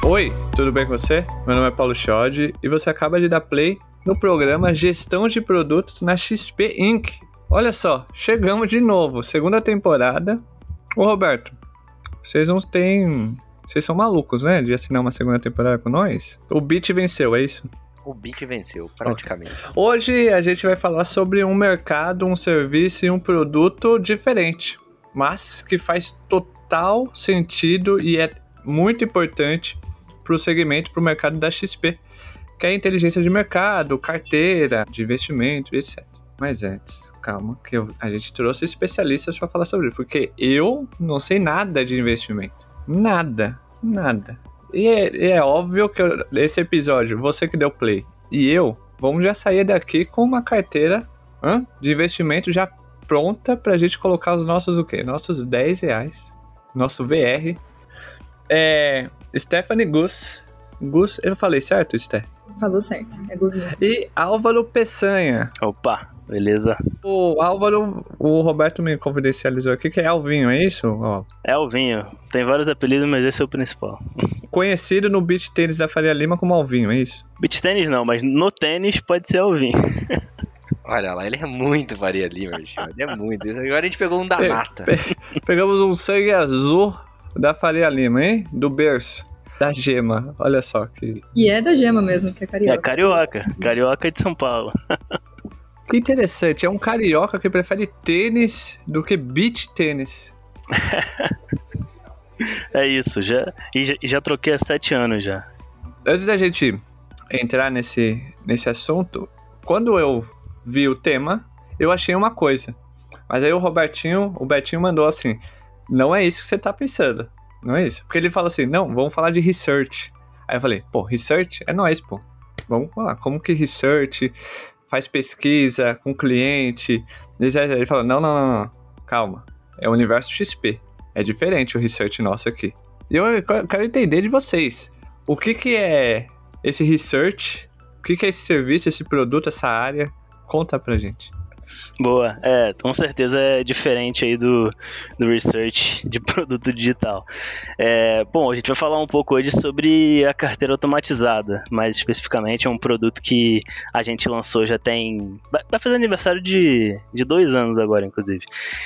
Oi, tudo bem com você? Meu nome é Paulo Chiodi e você acaba de dar play no programa Gestão de Produtos na XP Inc. Olha só, chegamos de novo, segunda temporada. Ô Roberto, vocês não têm... Vocês são malucos, né? De assinar uma segunda temporada com nós? O Beat venceu, é isso? O Beat venceu, praticamente. Okay. Hoje a gente vai falar sobre um mercado, um serviço e um produto diferente, mas que faz total sentido e é muito importante para o segmento, para o mercado da XP, que é a inteligência de mercado, carteira, de investimento, etc. Mas antes, calma, que a gente trouxe especialistas para falar sobre isso, porque eu não sei nada de investimento. Nada. E é óbvio que esse episódio, você que deu play e eu, vamos já sair daqui com uma carteira de investimento já pronta pra gente colocar os nossos o quê? Nossos R$10, nosso VR. Stephanie Gus, eu falei certo, Steph? Falou certo, é Gus mesmo. E Álvaro Peçanha. Opa, beleza. O Álvaro, o Roberto me confidencializou aqui que é Alvinho, é isso? Ó. É Alvinho, tem vários apelidos, mas esse é o principal. Conhecido no beach tênis da Faria Lima como Alvinho, é isso? Beach tênis não, mas no tênis pode ser Alvinho. Olha lá, ele é muito Faria Lima, ele é muito. Agora a gente pegou um da nata. Pegamos um sangue azul da Faria Lima, hein? Do berço. Da Gema, olha só que... E é da Gema mesmo, que é carioca. É carioca de São Paulo. Que interessante, é um carioca que prefere tênis do que beach tênis. É isso, já troquei há 7 anos já. Antes da gente entrar nesse assunto, quando eu vi o tema, eu achei uma coisa. Mas aí o Betinho mandou assim, não é isso que você tá pensando. Não é isso. Porque ele fala assim, não, vamos falar de research. Aí eu falei, research é nóis, pô. Vamos falar, como que research faz pesquisa com cliente. Ele falou, não, calma. É o universo XP. É diferente o research nosso aqui. E eu quero entender de vocês. O que é esse research? O que é esse serviço, esse produto, essa área? Conta pra gente. Boa, com certeza é diferente aí do research de produto digital. Bom, a gente vai falar um pouco hoje sobre a carteira automatizada, mais especificamente é um produto que a gente lançou já vai fazer aniversário de 2 anos agora, inclusive.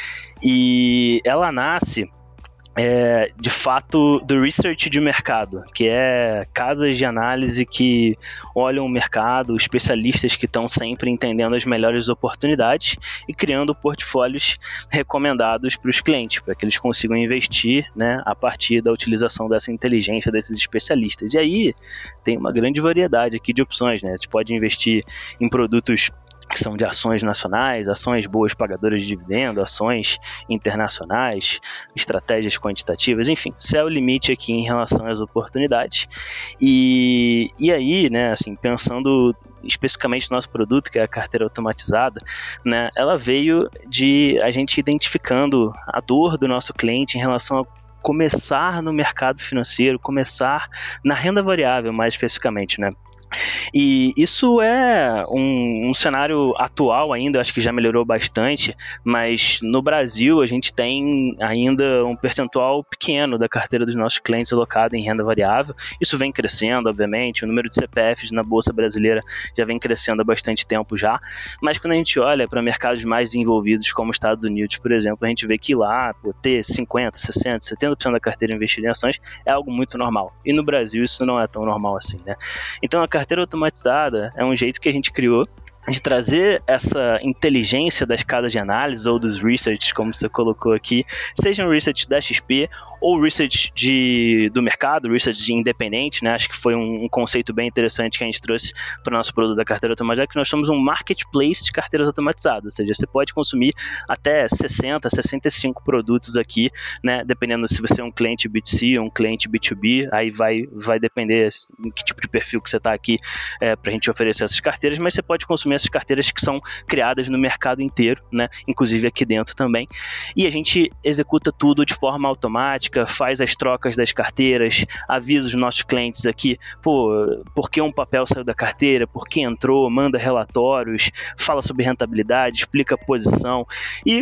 E ela nasce... de fato do research de mercado, que é casas de análise que olham o mercado, especialistas que estão sempre entendendo as melhores oportunidades e criando portfólios recomendados para os clientes, para que eles consigam investir, né, a partir da utilização dessa inteligência desses especialistas. E aí tem uma grande variedade aqui de opções, né? Você pode investir em produtos que são de ações nacionais, ações boas pagadoras de dividendo, ações internacionais, estratégias quantitativas, enfim, céu limite aqui em relação às oportunidades. E aí, né, assim, pensando especificamente no nosso produto, que é a carteira automatizada, né, ela veio de a gente identificando a dor do nosso cliente em relação a começar no mercado financeiro, começar na renda variável, mais especificamente, né? E isso é um cenário atual ainda, acho que já melhorou bastante, mas no Brasil a gente tem ainda um percentual pequeno da carteira dos nossos clientes alocado em renda variável. Isso vem crescendo, obviamente, o número de CPFs na Bolsa Brasileira já vem crescendo há bastante tempo já, mas quando a gente olha para mercados mais desenvolvidos como os Estados Unidos, por exemplo, a gente vê que lá ter 50%, 60%, 70% da carteira investida em ações é algo muito normal. E no Brasil isso não é tão normal assim, né? Então a carteira automatizada é um jeito que a gente criou de trazer essa inteligência das casas de análise ou dos research, como você colocou aqui, seja um research da XP ou research do mercado, research independente, né? Acho que foi um conceito bem interessante que a gente trouxe para o nosso produto da carteira automatizada, que nós somos um marketplace de carteiras automatizadas, ou seja, você pode consumir até 60, 65 produtos aqui, né? Dependendo se você é um cliente B2C ou um cliente B2B, aí vai depender em que tipo de perfil que você está aqui para a gente oferecer essas carteiras, mas você pode consumir essas carteiras que são criadas no mercado inteiro, né? Inclusive aqui dentro também, e a gente executa tudo de forma automática, faz as trocas das carteiras, avisa os nossos clientes aqui, por que um papel saiu da carteira, por que entrou, manda relatórios, fala sobre rentabilidade, explica a posição e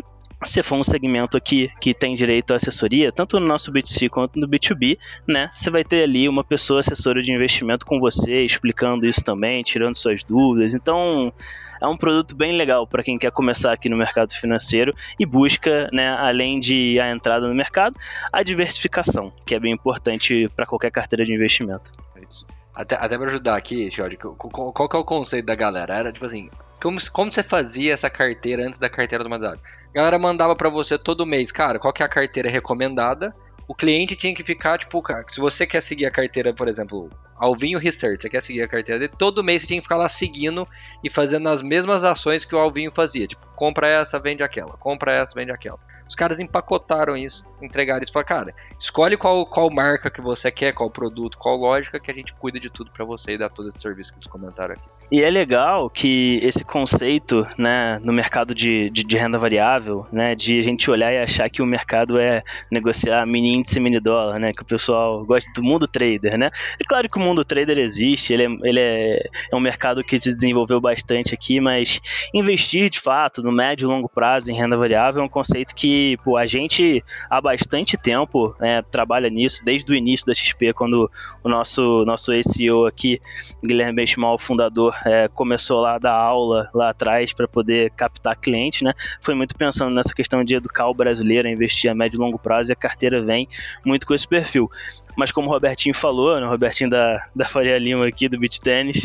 se for um segmento aqui que tem direito à assessoria, tanto no nosso B2C quanto no B2B, né, você vai ter ali uma pessoa assessora de investimento com você, explicando isso também, tirando suas dúvidas. Então, é um produto bem legal para quem quer começar aqui no mercado financeiro e busca, né, além de a entrada no mercado, a diversificação, que é bem importante para qualquer carteira de investimento. Até para ajudar aqui, Jorge, qual que é o conceito da galera? Era tipo assim, como você fazia essa carteira antes da carteira automatizada? A galera mandava pra você todo mês, cara, qual que é a carteira recomendada? O cliente tinha que ficar, tipo, cara, se você quer seguir a carteira, por exemplo, Alvinho Research, você quer seguir a carteira dele, todo mês você tinha que ficar lá seguindo e fazendo as mesmas ações que o Alvinho fazia. Tipo, compra essa, vende aquela, compra essa, vende aquela. Os caras empacotaram isso, entregaram isso, falaram, cara, escolhe qual marca que você quer, qual produto, qual lógica, que a gente cuida de tudo pra você e dá todo esse serviço que eles comentaram aqui. E é legal que esse conceito, né, no mercado de renda variável, né, de a gente olhar e achar que o mercado é negociar mini índice, mini dólar, né, que o pessoal gosta do mundo trader, né. É claro que o mundo trader existe, ele é um mercado que se desenvolveu bastante aqui, mas investir de fato no médio e longo prazo em renda variável é um conceito que, pô, a gente há bastante tempo, né, trabalha nisso, desde o início da XP, quando o nosso ex-CEO aqui, Guilherme Benchimol, fundador, começou lá a dar aula lá atrás para poder captar cliente, né? Foi muito pensando nessa questão de educar o brasileiro a investir a médio e longo prazo, e a carteira vem muito com esse perfil. Mas como o Robertinho falou, né, o Robertinho da Faria Lima aqui, do Beach Tennis,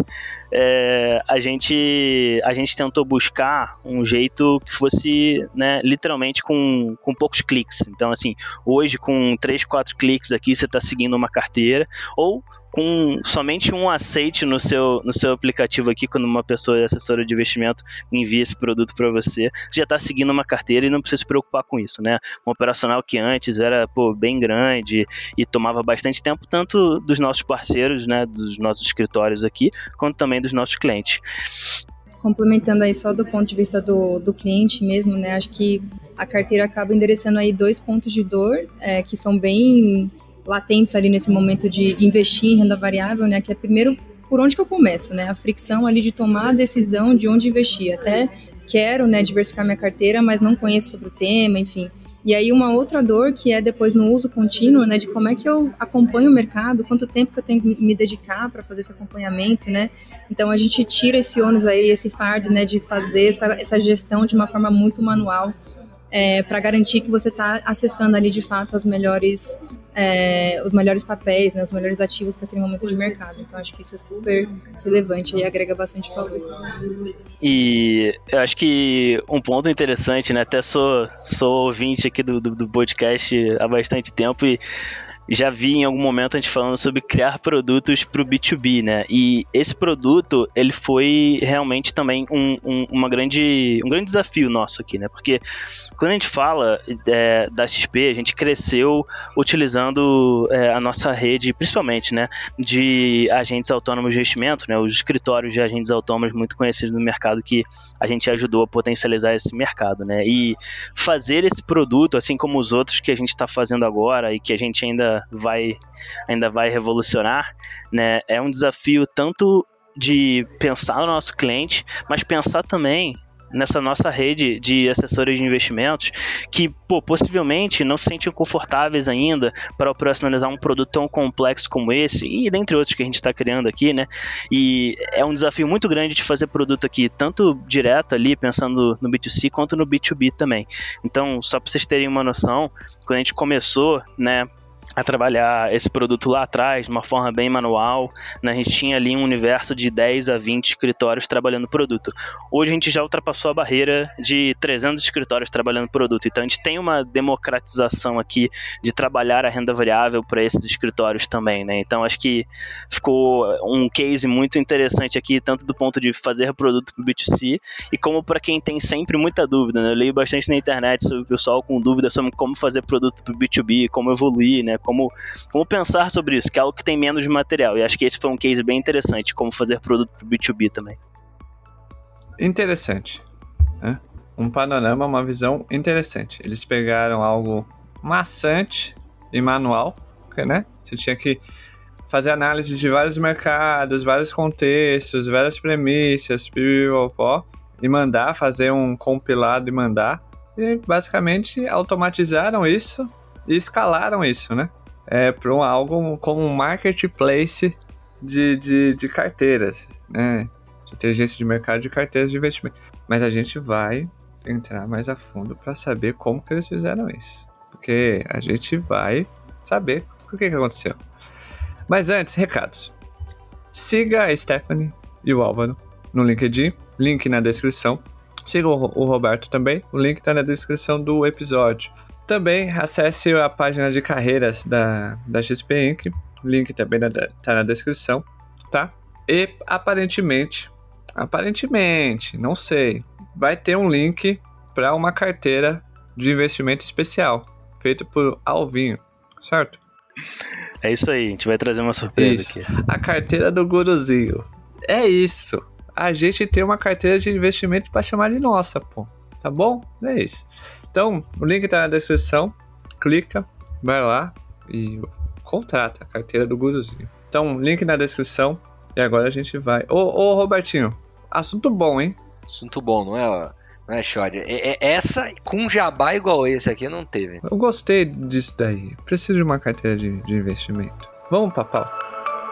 a gente tentou buscar um jeito que fosse, né, literalmente com poucos cliques. Então, assim, hoje com 3, 4 cliques aqui você está seguindo uma carteira, ou com somente um aceite no seu aplicativo aqui, quando uma pessoa assessora de investimento envia esse produto para você, você já está seguindo uma carteira e não precisa se preocupar com isso, né? Um operacional que antes era, bem grande e tomava bastante tempo, tanto dos nossos parceiros, né, dos nossos escritórios aqui, quanto também dos nossos clientes. Complementando aí só do ponto de vista do cliente mesmo, né? Acho que a carteira acaba endereçando aí 2 pontos de dor, que são bem latentes ali nesse momento de investir em renda variável, né, que é primeiro por onde que eu começo, né, a fricção ali de tomar a decisão de onde investir, até quero, né, diversificar minha carteira, mas não conheço sobre o tema, enfim. E aí uma outra dor que é depois no uso contínuo, né, de como é que eu acompanho o mercado, quanto tempo que eu tenho que me dedicar para fazer esse acompanhamento, né, então a gente tira esse ônus aí, esse fardo, né, de fazer essa gestão de uma forma muito manual, para garantir que você está acessando ali de fato os melhores papéis, né, os melhores ativos para aquele momento de mercado. Então acho que isso é super relevante e agrega bastante valor. E eu acho que um ponto interessante, né, até sou ouvinte aqui do podcast há bastante tempo e já vi em algum momento a gente falando sobre criar produtos para o B2B, né? E esse produto, ele foi realmente também um grande desafio nosso aqui, né? Porque quando a gente fala da XP, a gente cresceu utilizando a nossa rede, principalmente, né, de agentes autônomos de investimento, né? Os escritórios de agentes autônomos muito conhecidos no mercado que a gente ajudou a potencializar esse mercado, né? E fazer esse produto, assim como os outros que a gente está fazendo agora e que a gente ainda vai revolucionar, né? É um desafio tanto de pensar no nosso cliente, mas pensar também nessa nossa rede de assessores de investimentos que, possivelmente não se sentem confortáveis ainda para operacionalizar um produto tão complexo como esse e dentre outros que a gente está criando aqui, né? E é um desafio muito grande de fazer produto aqui, tanto direto ali, pensando no B2C, quanto no B2B também. Então, só para vocês terem uma noção, quando a gente começou, né, a trabalhar esse produto lá atrás, de uma forma bem manual, né? A gente tinha ali um universo de 10 a 20 escritórios trabalhando o produto. Hoje a gente já ultrapassou a barreira de 300 escritórios trabalhando o produto, então a gente tem uma democratização aqui de trabalhar a renda variável para esses escritórios também, né? Então acho que ficou um case muito interessante aqui, tanto do ponto de fazer produto para o B2C, e como para quem tem sempre muita dúvida, né? Eu leio bastante na internet sobre o pessoal com dúvida sobre como fazer produto para o B2B, como evoluir, né? Como pensar sobre isso, que é algo que tem menos de material. E acho que esse foi um case bem interessante, como fazer produto para o B2B também. Interessante, né? Um panorama, uma visão interessante. Eles pegaram algo maçante e manual, né? Você tinha que fazer análise de vários mercados, vários contextos, várias premissas, e mandar, fazer um compilado e mandar. e basicamente automatizaram isso e escalaram isso, né? Para algo como um marketplace de carteiras, né? De inteligência de mercado de carteiras de investimento. Mas a gente vai entrar mais a fundo para saber como que eles fizeram isso. Porque a gente vai saber o que aconteceu. Mas antes, recados. Siga a Stephanie e o Álvaro no LinkedIn, link na descrição. Siga o Roberto também, o link está na descrição do episódio. Também acesse a página de carreiras da XP Inc. O link também está na descrição, tá? E aparentemente, não sei, vai ter um link para uma carteira de investimento especial, feito por Alvinho, certo? É isso aí, a gente vai trazer uma surpresa isso. aqui. A carteira do Guruzinho. É isso. A gente tem uma carteira de investimento para chamar de nossa, pô. Tá bom? É isso. Então, o link tá na descrição. Clica, vai lá e contrata a carteira do Guruzinho. Então, link na descrição. E agora a gente vai... Ô, Robertinho, assunto bom, hein? Assunto bom, não é, não é, Xode? Essa com jabá igual esse aqui não teve. Eu gostei disso daí. Preciso de uma carteira de investimento. Vamos pra pauta.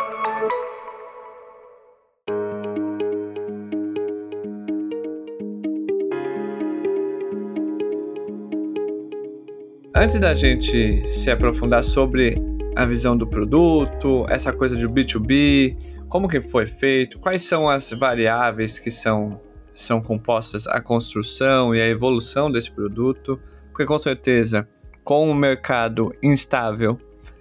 Antes da gente se aprofundar sobre a visão do produto, essa coisa de B2B, como que foi feito, quais são as variáveis que são compostas a construção e a evolução desse produto, porque com certeza, com um mercado instável,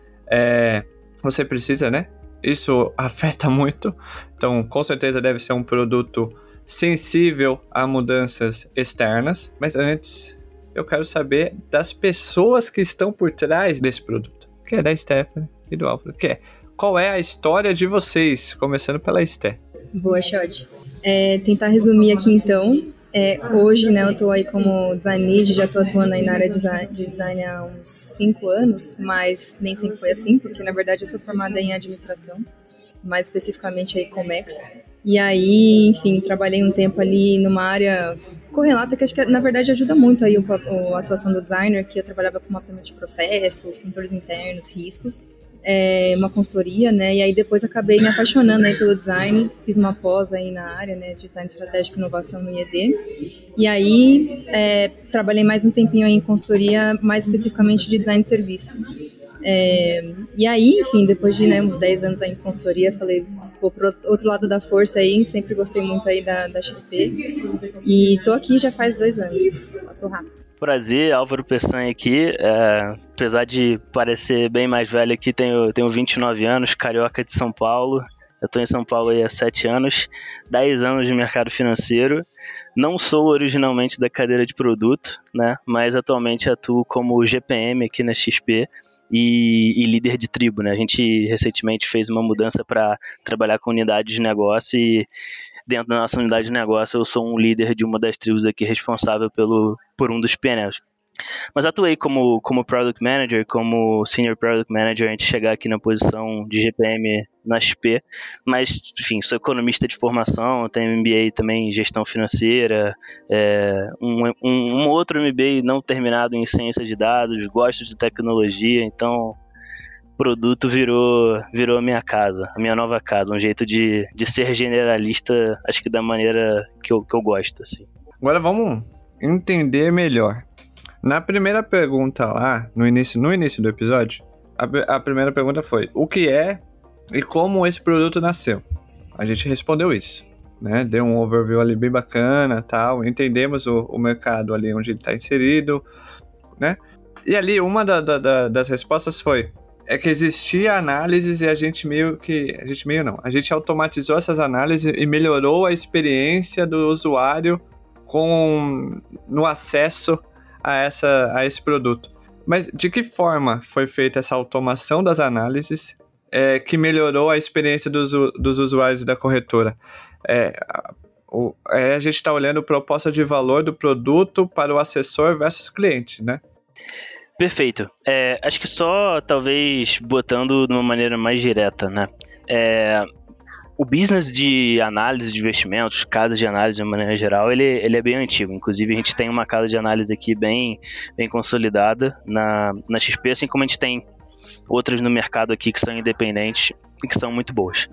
você precisa, né? Isso afeta muito, então com certeza deve ser um produto sensível a mudanças externas, mas antes... eu quero saber das pessoas que estão por trás desse produto, que é da Stephanie e do Álvaro, qual é a história de vocês, começando pela Sté. Boa, Xode. Tentar resumir aqui, então. Hoje, né, eu estou aí como design lead, já estou atuando aí na área de design há uns 5 anos, mas nem sempre foi assim, porque, na verdade, eu sou formada em administração, mais especificamente aí Comex. E aí, enfim, trabalhei um tempo ali numa área correlata que acho que, na verdade, ajuda muito aí a atuação do designer, que eu trabalhava com mapeamento de processos, controles internos, riscos, uma consultoria, né? E aí depois acabei me apaixonando aí pelo design, fiz uma pós aí na área, né, de design estratégico e inovação no IED. E aí trabalhei mais um tempinho aí em consultoria, mais especificamente de design de serviço. E aí, enfim, depois de uns 10 anos aí em consultoria, falei, vou pro outro lado da força aí, sempre gostei muito aí da XP, e tô aqui já faz 2 anos, passou rápido. Prazer, Álvaro Peçanha aqui, apesar de parecer bem mais velho aqui, tenho 29 anos, carioca de São Paulo. Eu estou em São Paulo aí há 7 anos, 10 anos de mercado financeiro. Não sou originalmente da cadeira de produto, né? Mas atualmente atuo como GPM aqui na XP e líder de tribo, né? A gente recentemente fez uma mudança para trabalhar com unidade de negócio e dentro da nossa unidade de negócio eu sou um líder de uma das tribos aqui responsável por um dos PNLs. Mas atuei como Product Manager, como Senior Product Manager, antes de chegar aqui na posição de GPM na XP. Mas, enfim, sou economista de formação, tenho MBA também em gestão financeira, um outro MBA não terminado em ciência de dados, gosto de tecnologia, então produto virou a minha casa, a minha nova casa, um jeito de ser generalista, acho que da maneira que eu gosto, assim. Agora vamos entender melhor. Na primeira pergunta lá, no início do episódio, a primeira pergunta foi: o que é e como esse produto nasceu? A gente respondeu isso, né? Deu um overview ali bem bacana, tal, entendemos o mercado ali onde ele está inserido, né? E ali uma das respostas foi que existia análises e a gente automatizou essas análises e melhorou a experiência do usuário no acesso a esse produto. Mas de que forma foi feita essa automação das análises que melhorou a experiência dos usuários da corretora? A gente está olhando proposta de valor do produto para o assessor versus cliente, né? Perfeito. Acho que só talvez botando de uma maneira mais direta, né? O business de análise de investimentos, casas de análise de maneira geral, ele é bem antigo. Inclusive, a gente tem uma casa de análise aqui bem consolidada na XP, assim como a gente tem outras no mercado aqui que são independentes e que são muito boas.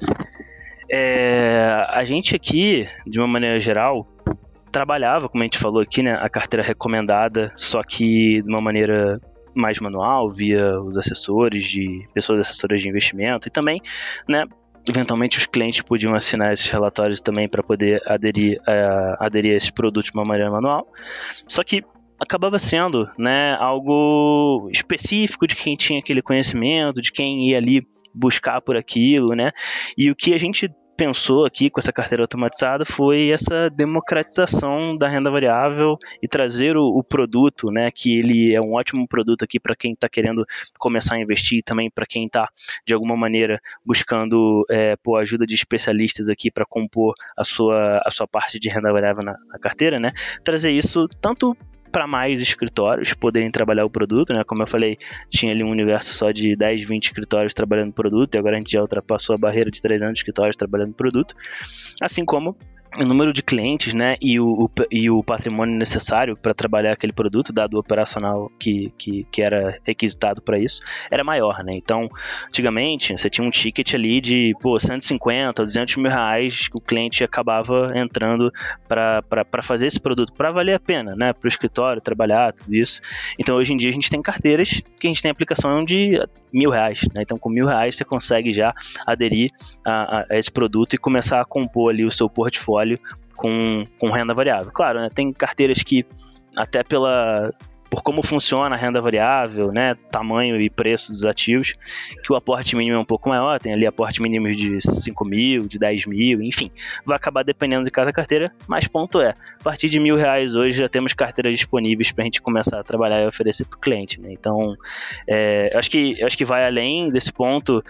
A gente aqui, de uma maneira geral, trabalhava, como a gente falou aqui, né, a carteira recomendada, só que de uma maneira mais manual, via os pessoas assessoras de investimento, e também, né, eventualmente os clientes podiam assinar esses relatórios também para poder aderir a esses produtos de uma maneira manual. Só que acabava sendo, né, algo específico de quem tinha aquele conhecimento, de quem ia ali buscar por aquilo, né? E o que a gente pensou aqui com essa carteira automatizada foi essa democratização da renda variável e trazer o produto, né, que ele é um ótimo produto aqui para quem está querendo começar a investir e também para quem está, de alguma maneira, buscando a ajuda de especialistas aqui para compor a sua parte de renda variável na carteira, né? Trazer isso tanto para mais escritórios poderem trabalhar o produto, né? Como eu falei, tinha ali um universo só de 10, 20 escritórios trabalhando o produto, e agora a gente já ultrapassou a barreira de 300 escritórios trabalhando o produto, assim como o número de clientes, né, e o patrimônio necessário para trabalhar aquele produto, dado o operacional que era requisitado para isso, era maior, né? Então, antigamente, você tinha um ticket ali de 150, 200 mil reais que o cliente acabava entrando para fazer esse produto, para valer a pena, né, para o escritório trabalhar, tudo isso. Então, hoje em dia, a gente tem carteiras que a gente tem aplicação de R$1.000, né? Então, com R$1.000 você consegue já aderir a esse produto e começar a compor ali o seu portfólio com renda variável. Claro, né, tem carteiras que até por como funciona a renda variável, né, tamanho e preço dos ativos, que o aporte mínimo é um pouco maior, tem ali aporte mínimo de 5 mil, de 10 mil, enfim, vai acabar dependendo de cada carteira, mas ponto a partir de R$1.000 hoje já temos carteiras disponíveis para a gente começar a trabalhar e oferecer para o cliente, né? Então, acho que vai além desse ponto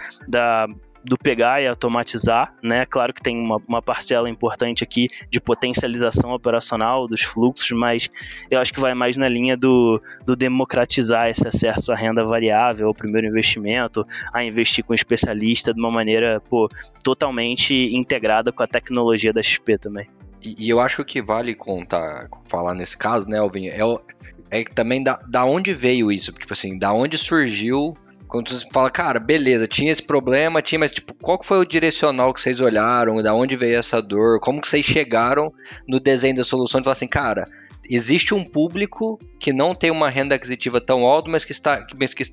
do pegar e automatizar, né? Claro que tem uma parcela importante aqui de potencialização operacional dos fluxos, mas eu acho que vai mais na linha do democratizar esse acesso à renda variável, ao primeiro investimento, a investir com um especialista de uma maneira totalmente integrada com a tecnologia da XP também. E eu acho que o que vale falar nesse caso, né, Alvin, é também da onde veio isso, tipo assim, da onde surgiu. Quando você fala, cara, beleza, tinha esse problema, mas tipo, qual que foi o direcional que vocês olharam, da onde veio essa dor, como que vocês chegaram no desenho da solução e falaram assim, cara, existe um público que não tem uma renda aquisitiva tão alta, mas que está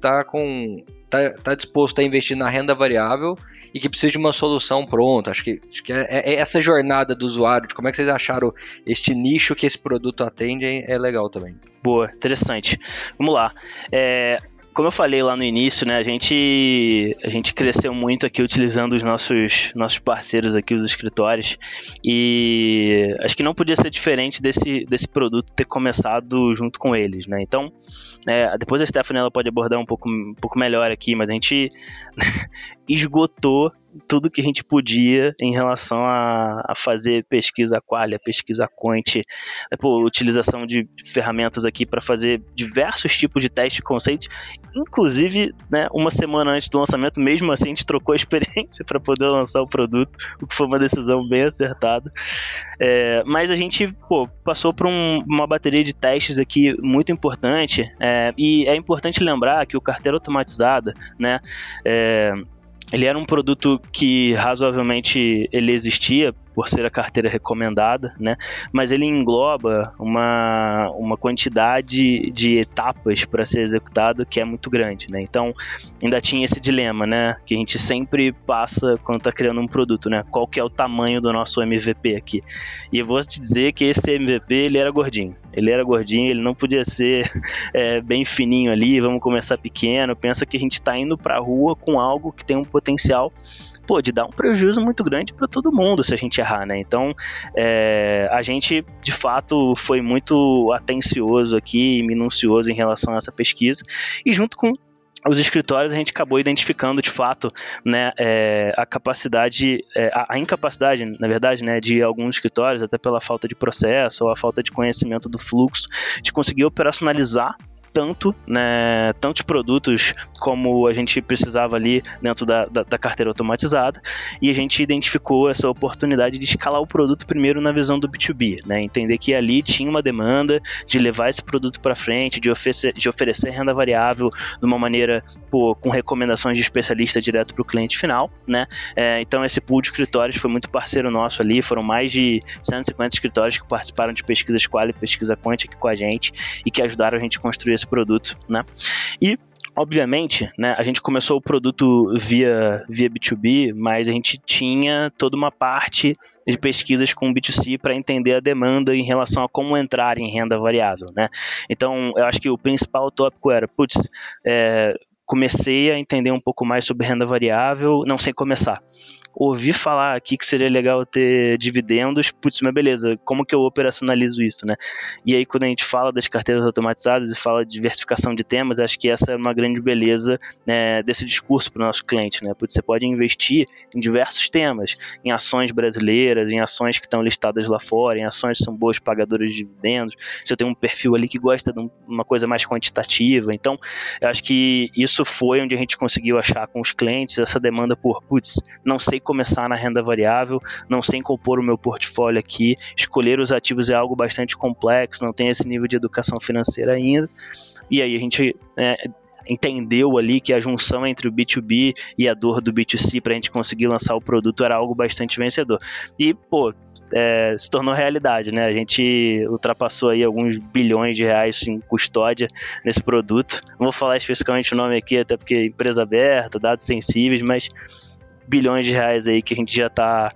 disposto a investir na renda variável e que precisa de uma solução pronta. Acho que é essa jornada do usuário, de como é que vocês acharam este nicho que esse produto atende, é legal também. Boa, interessante. Vamos lá. Como eu falei lá no início, né, a gente cresceu muito aqui utilizando os nossos parceiros aqui, os escritórios, e acho que não podia ser diferente desse produto ter começado junto com eles, né? Então, depois a Stephanie ela pode abordar um pouco melhor aqui, mas a gente esgotou tudo que a gente podia em relação a fazer pesquisa qualia, pesquisa quant, utilização de ferramentas aqui para fazer diversos tipos de testes de conceitos, inclusive, né, uma semana antes do lançamento, mesmo assim a gente trocou a experiência para poder lançar o produto, o que foi uma decisão bem acertada, mas a gente passou por uma bateria de testes aqui muito importante, e é importante lembrar que o carteira automatizada, né, ele era um produto que razoavelmente ele existia por ser a carteira recomendada, né? Mas ele engloba uma quantidade de etapas para ser executado que é muito grande, né? Então, ainda tinha esse dilema, né? Que a gente sempre passa quando está criando um produto, né? Qual que é o tamanho do nosso MVP aqui? E eu vou te dizer que esse MVP, ele era gordinho. Ele não podia ser bem fininho ali, vamos começar pequeno. Pensa que a gente está indo para a rua com algo que tem um potencial de dar um prejuízo muito grande para todo mundo se a gente errar, né? Então, a gente, de fato, foi muito atencioso aqui, minucioso em relação a essa pesquisa, e junto com os escritórios a gente acabou identificando de fato, né, a capacidade, a incapacidade, na verdade, né, de alguns escritórios, até pela falta de processo ou a falta de conhecimento do fluxo, de conseguir operacionalizar tanto, né, tantos produtos como a gente precisava ali dentro da carteira automatizada, e a gente identificou essa oportunidade de escalar o produto primeiro na visão do B2B, né, entender que ali tinha uma demanda de levar esse produto para frente, de oferecer renda variável de uma maneira, com recomendações de especialista direto para o cliente final, né, então esse pool de escritórios foi muito parceiro nosso ali, foram mais de 150 escritórios que participaram de pesquisas quali e pesquisa quant aqui com a gente e que ajudaram a gente a construir esse produto, né? E obviamente, né, a gente começou o produto via B2B, mas a gente tinha toda uma parte de pesquisas com B2C para entender a demanda em relação a como entrar em renda variável, né? Então, eu acho que o principal tópico era, comecei a entender um pouco mais sobre renda variável, não sei começar. Ouvi falar aqui que seria legal ter dividendos, mas beleza, como que eu operacionalizo isso, né? E aí quando a gente fala das carteiras automatizadas e fala de diversificação de temas, acho que essa é uma grande beleza, né, desse discurso para o nosso cliente, né? Você pode investir em diversos temas, em ações brasileiras, em ações que estão listadas lá fora, em ações que são boas pagadoras de dividendos, se eu tenho um perfil ali que gosta de uma coisa mais quantitativa, então eu acho que isso foi onde a gente conseguiu achar com os clientes essa demanda por, não sei começar na renda variável, não sei compor o meu portfólio aqui, escolher os ativos é algo bastante complexo, não tem esse nível de educação financeira ainda, e aí a gente entendeu ali que a junção entre o B2B e a dor do B2C para a gente conseguir lançar o produto era algo bastante vencedor. E, se tornou realidade, né? A gente ultrapassou aí alguns bilhões de reais em custódia nesse produto. Não vou falar especificamente o nome aqui, até porque é empresa aberta, dados sensíveis, mas bilhões de reais aí que a gente já está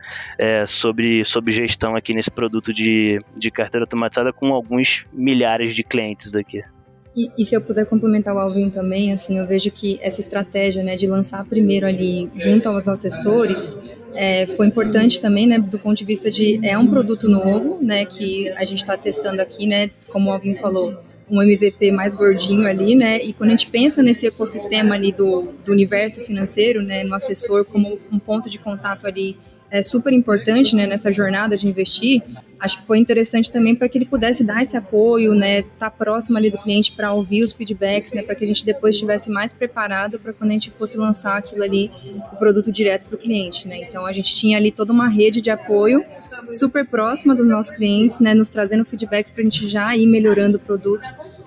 sob gestão aqui nesse produto de carteira automatizada com alguns milhares de clientes aqui. E se eu puder complementar o Alvin também, assim, eu vejo que essa estratégia, né, de lançar primeiro ali junto aos assessores foi importante também, né, do ponto de vista de um produto novo, né, que a gente está testando aqui, né, como o Alvin falou, um MVP mais gordinho ali, né, e quando a gente pensa nesse ecossistema ali do universo financeiro, né, no assessor como um ponto de contato ali super importante, né, nessa jornada de investir, acho que foi interessante também para que ele pudesse dar esse apoio, né, tá próximo ali do cliente para ouvir os feedbacks, né, para que a gente depois estivesse mais preparado para quando a gente fosse lançar aquilo ali, o produto direto para o cliente, né. Então a gente tinha ali toda uma rede de apoio super próxima dos nossos clientes, né, nos trazendo feedbacks para a gente já ir melhorando o produto,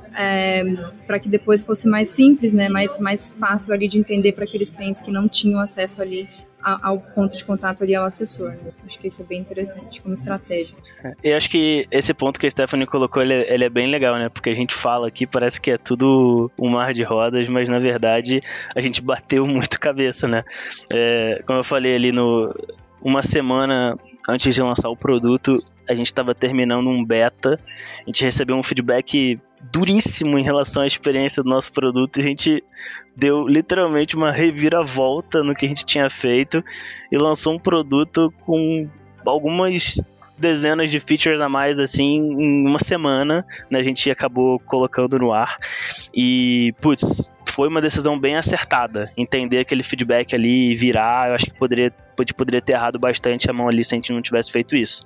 para que depois fosse mais simples, né, mais fácil ali de entender para aqueles clientes que não tinham acesso ali ao ponto de contato ali ao assessor, né? Acho que isso é bem interessante como estratégia. Eu acho que esse ponto que a Stephanie colocou, ele é bem legal, né? Porque a gente fala aqui, parece que é tudo um mar de rodas, mas na verdade a gente bateu muito cabeça, né? Como eu falei ali, uma semana antes de lançar o produto, a gente estava terminando um beta, a gente recebeu um feedback duríssimo em relação à experiência do nosso produto, e a gente deu literalmente uma reviravolta no que a gente tinha feito e lançou um produto com algumas dezenas de features a mais, assim, em uma semana, né, a gente acabou colocando no ar e, foi uma decisão bem acertada, entender aquele feedback ali e virar, eu acho que poderia ter errado bastante a mão ali se a gente não tivesse feito isso.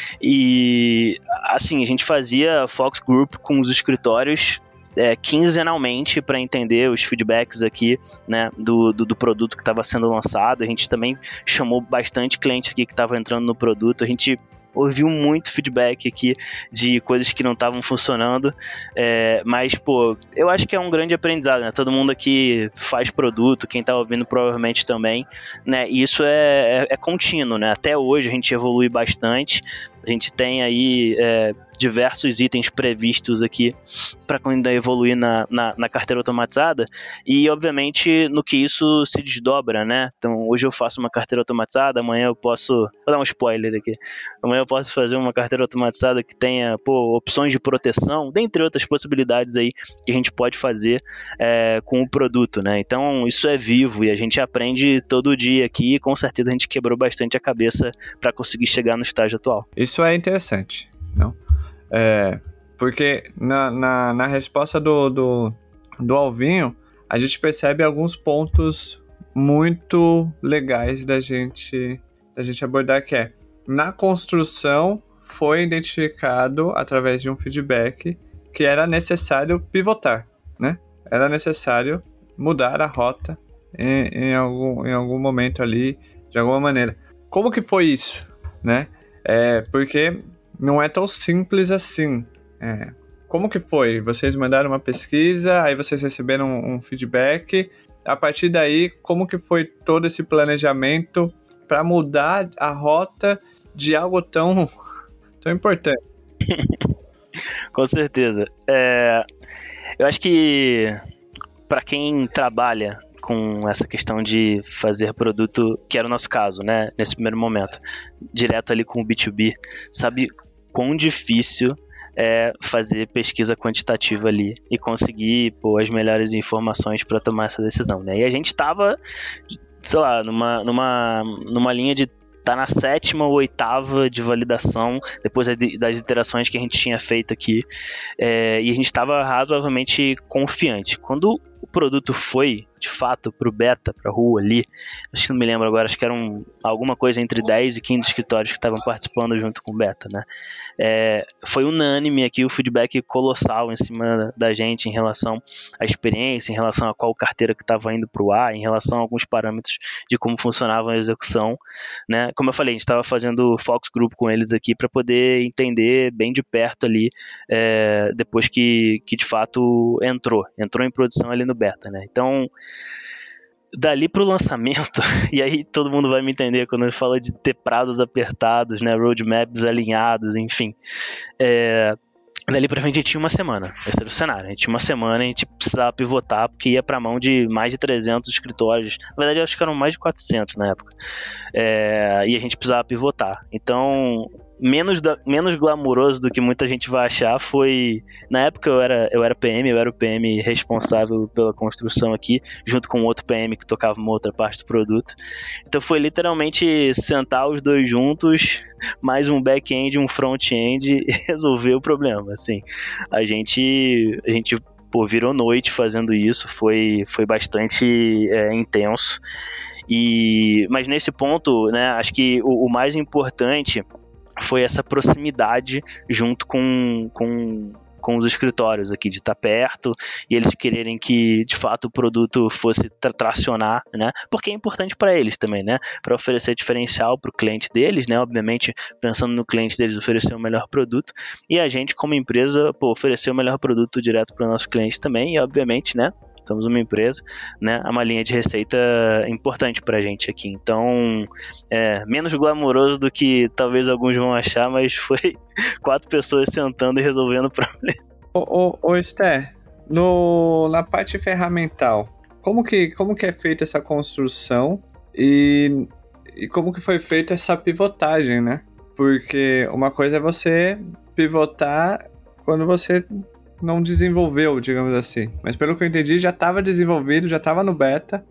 E, assim, a gente fazia focus group com os escritórios quinzenalmente para entender os feedbacks aqui, né, do produto que estava sendo lançado. A gente também chamou bastante cliente aqui que estava entrando no produto, a gente ouviu muito feedback aqui de coisas que não estavam funcionando, mas, eu acho que é um grande aprendizado, né? Todo mundo aqui faz produto, quem tá ouvindo provavelmente também, né? E isso é contínuo, né? Até hoje a gente evolui bastante, a gente tem aí diversos itens previstos aqui para ainda evoluir na carteira automatizada e, obviamente, no que isso se desdobra, né? Então, hoje eu faço uma carteira automatizada, amanhã eu posso... Vou dar um spoiler aqui. Amanhã eu posso fazer uma carteira automatizada que tenha, opções de proteção, dentre outras possibilidades aí que a gente pode fazer com o produto, né? Então, isso é vivo e a gente aprende todo dia aqui e, com certeza, a gente quebrou bastante a cabeça para conseguir chegar no estágio atual. Isso é interessante, não? Porque na resposta do Alvinho, a gente percebe alguns pontos muito legais da gente abordar, que na construção foi identificado através de um feedback que era necessário pivotar. né? Era necessário mudar a rota em algum momento ali, de alguma maneira. Como que foi isso, né? Porque não é tão simples assim. Como que foi? Vocês mandaram uma pesquisa, aí vocês receberam um feedback. A partir daí, como que foi todo esse planejamento para mudar a rota de algo tão importante? Com certeza. Eu acho que para quem trabalha com essa questão de fazer produto, que era o nosso caso, né, nesse primeiro momento, direto ali com o B2B, sabe quão difícil é fazer pesquisa quantitativa ali e conseguir as melhores informações para tomar essa decisão, né? E a gente estava, sei lá, numa linha de tá na 7ª ou 8ª de validação, depois das iterações que a gente tinha feito aqui, e a gente estava razoavelmente confiante. Quando o produto foi, de fato, pro beta, pra rua ali, acho que não me lembro agora, acho que eram alguma coisa entre 10 e 15 escritórios que estavam participando junto com o beta, né? Foi unânime aqui o feedback colossal em cima da gente em relação à experiência, em relação a qual carteira que estava indo pro ar, em relação a alguns parâmetros de como funcionava a execução, né? Como eu falei, a gente estava fazendo focus group com eles aqui para poder entender bem de perto ali, depois que de fato entrou em produção ali no beta, né? Então, dali pro lançamento, e aí todo mundo vai me entender quando eu falo de ter prazos apertados, né, roadmaps alinhados, enfim. Dali pra frente a gente tinha uma semana, esse era o cenário, a gente tinha uma semana e a gente precisava pivotar porque ia pra mão de mais de 300 escritórios, na verdade eu acho que eram mais de 400 na época, e a gente precisava pivotar. Então, menos glamouroso do que muita gente vai achar foi, na época eu era o PM responsável pela construção aqui, junto com outro PM que tocava uma outra parte do produto. Então foi literalmente sentar os dois juntos, mais um back-end, um front-end e resolver o problema, assim. A gente virou noite fazendo isso, foi bastante intenso. Mas nesse ponto, né, acho que o mais importante foi essa proximidade junto com os escritórios aqui, de estar perto e eles quererem que de fato o produto fosse tracionar, né? Porque é importante para eles também, né? Para oferecer diferencial para o cliente deles, né? Obviamente pensando no cliente deles, oferecer o melhor produto, e a gente como empresa oferecer o melhor produto direto para o nosso cliente também, e obviamente, né? Somos uma empresa, né? É uma linha de receita importante pra gente aqui. Então, menos glamouroso do que talvez alguns vão achar, mas foi 4 pessoas sentando e resolvendo o problema. Ô Esther, na parte ferramental, como que é feita essa construção e como que foi feita essa pivotagem, né? Porque uma coisa é você pivotar quando você não desenvolveu, digamos assim. Mas pelo que eu entendi, já estava desenvolvido, já estava no beta.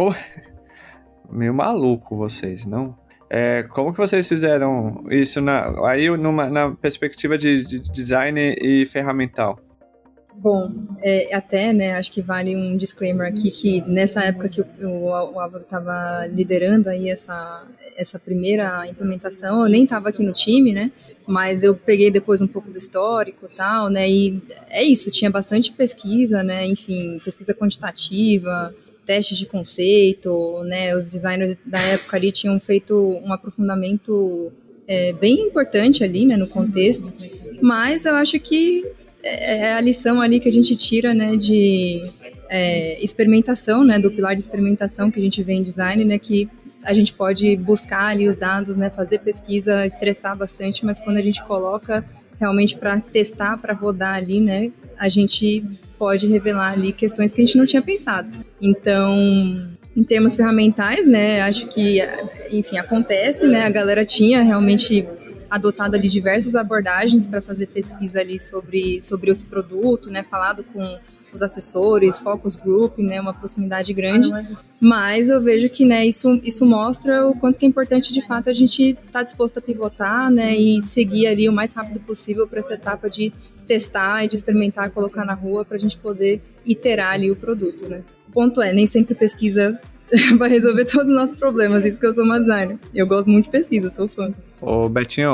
Meio maluco vocês, não? Como que vocês fizeram isso na perspectiva de design e ferramental? Bom, até, né, acho que vale um disclaimer aqui, que nessa época que o Álvaro estava liderando aí essa primeira implementação, eu nem estava aqui no time, né, mas eu peguei depois um pouco do histórico e tal, né, e é isso, tinha bastante pesquisa, né, enfim, pesquisa quantitativa, testes de conceito, né, os designers da época ali tinham feito um aprofundamento bem importante ali, né, no contexto, mas eu acho que é a lição ali que a gente tira, né, de experimentação, né, do pilar de experimentação que a gente vê em design, né, que a gente pode buscar ali os dados, né, fazer pesquisa, estressar bastante, mas quando a gente coloca realmente para testar, para rodar ali, né, a gente pode revelar ali questões que a gente não tinha pensado. Então, em termos ferramentais, né, acho que, enfim, acontece, né, a galera tinha realmente adotado ali diversas abordagens para fazer pesquisa ali sobre esse produto, né, falado com os assessores, focus group, né, uma proximidade grande, mas eu vejo que, né, isso mostra o quanto que é importante, de fato, a gente estar disposto a pivotar, né, e seguir ali o mais rápido possível para essa etapa de testar e de experimentar, colocar na rua para a gente poder iterar ali o produto, né. O ponto nem sempre pesquisa vai resolver todos os nossos problemas, isso que eu sou uma designer. Eu gosto muito de pesquisa, sou fã. Ô Betinho,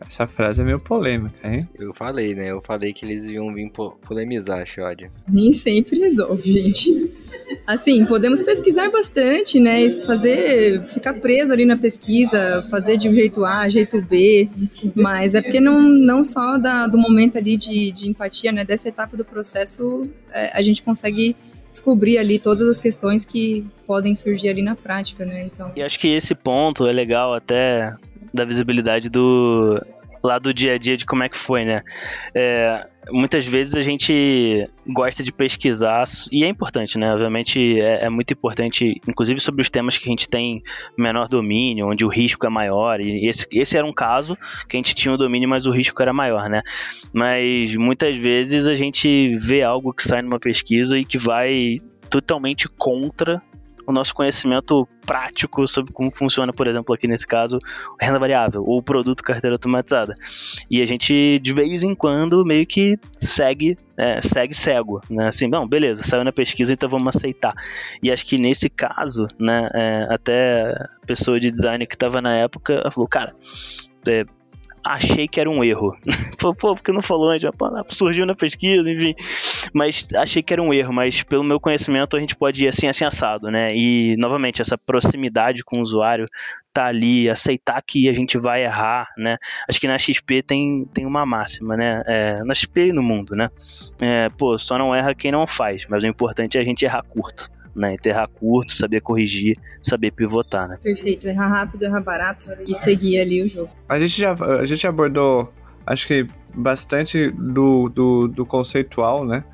Essa frase é meio polêmica, hein? Eu falei, né? Eu falei que eles iam vir polemizar, Chiodi. Nem sempre resolve, gente. Assim, podemos pesquisar bastante, né? Ficar preso ali na pesquisa, fazer de um jeito A, jeito B, mas é porque não só do momento ali de empatia, né? Dessa etapa do processo, a gente consegue descobrir ali todas as questões que podem surgir ali na prática, né? Então... E acho que esse ponto é legal até da visibilidade do dia a dia de como é que foi, né? Muitas vezes a gente gosta de pesquisar, e é importante, né? Obviamente é muito importante, inclusive sobre os temas que a gente tem menor domínio, onde o risco é maior, e esse era um caso que a gente tinha o domínio, mas o risco era maior, né? Mas muitas vezes a gente vê algo que sai numa pesquisa e que vai totalmente contra o nosso conhecimento prático sobre como funciona, por exemplo, aqui nesse caso, renda variável ou produto carteira automatizada. E a gente, de vez em quando, meio que segue cego, né? Assim, não, beleza, saiu na pesquisa, então vamos aceitar. E acho que nesse caso, né, até a pessoa de design que estava na época, ela falou, cara, achei que era um erro. Falou, pô, porque não falou antes? Surgiu na pesquisa, enfim. Mas achei que era um erro, mas pelo meu conhecimento a gente pode ir assim assado, né? E, novamente, essa proximidade com o usuário tá ali, aceitar que a gente vai errar, né? Acho que na XP tem uma máxima, né? Na XP e no mundo, né? Só não erra quem não faz, mas o importante é a gente errar curto. Né, errar curto, saber corrigir, saber pivotar, né? Perfeito, errar rápido, errar barato e seguir ali o jogo. A gente abordou, acho que bastante do conceitual, né?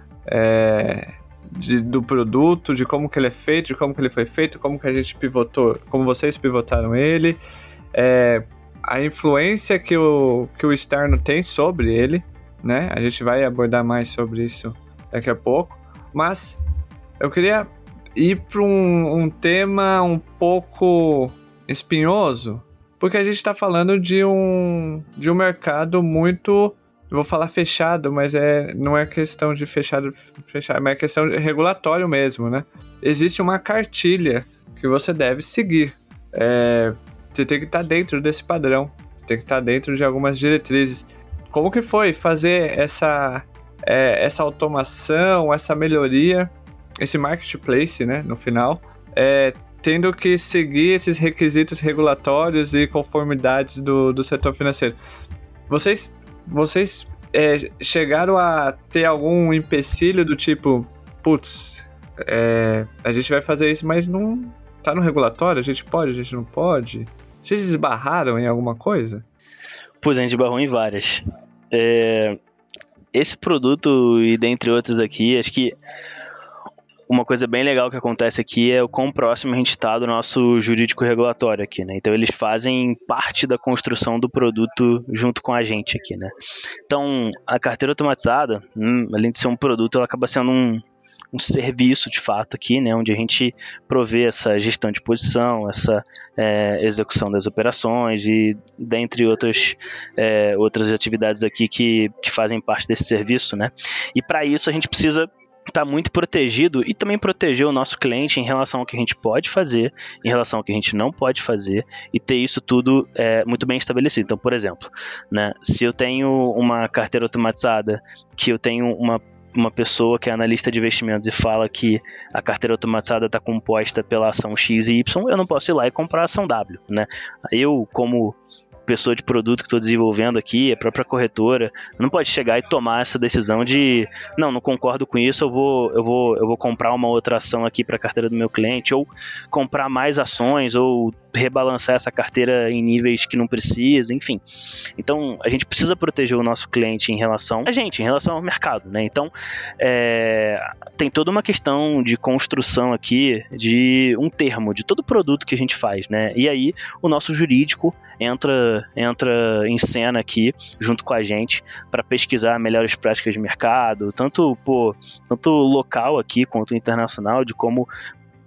Do produto, de como que ele é feito, de como que ele foi feito, como que a gente pivotou, como vocês pivotaram ele, a influência que o externo tem sobre ele, né? A gente vai abordar mais sobre isso daqui a pouco, mas eu queria ir para um tema um pouco espinhoso, porque a gente está falando de um mercado muito, eu vou falar fechado, mas não é questão de fechado, mas é questão de regulatório mesmo, né? Existe uma cartilha que você deve seguir. Você tem que estar dentro desse padrão, tem que estar dentro de algumas diretrizes. Como que foi fazer essa automação, essa melhoria, esse marketplace, né, no final, tendo que seguir esses requisitos regulatórios e conformidades do setor financeiro? Vocês chegaram a ter algum empecilho do tipo, putz, a gente vai fazer isso, mas não tá no regulatório, a gente pode, a gente não pode? Vocês esbarraram em alguma coisa? Pois a gente esbarrou em várias. Esse produto, e dentre outros aqui, acho que uma coisa bem legal que acontece aqui é o quão próximo a gente está do nosso jurídico regulatório aqui, né? Então eles fazem parte da construção do produto junto com a gente aqui, né? Então a carteira automatizada, além de ser um produto, ela acaba sendo um serviço de fato aqui, né? Onde a gente provê essa gestão de posição, essa execução das operações e dentre outras atividades aqui que fazem parte desse serviço, né? E para isso a gente precisa estar muito protegido e também proteger o nosso cliente em relação ao que a gente pode fazer, em relação ao que a gente não pode fazer e ter isso tudo muito bem estabelecido. Então, por exemplo, né, se eu tenho uma carteira automatizada, que eu tenho uma pessoa que é analista de investimentos e fala que a carteira automatizada está composta pela ação X e Y, eu não posso ir lá e comprar a ação W, né? Eu, como pessoa de produto que estou desenvolvendo aqui, a própria corretora, não pode chegar e tomar essa decisão de não concordo com isso, eu vou comprar uma outra ação aqui para a carteira do meu cliente, ou comprar mais ações, ou rebalançar essa carteira em níveis que não precisa, enfim. Então, a gente precisa proteger o nosso cliente em relação ao mercado, né? Então, tem toda uma questão de construção aqui, de um termo, de todo produto que a gente faz, né? E aí, o nosso jurídico entra em cena aqui, junto com a gente, para pesquisar melhores práticas de mercado, tanto local aqui, quanto internacional, de como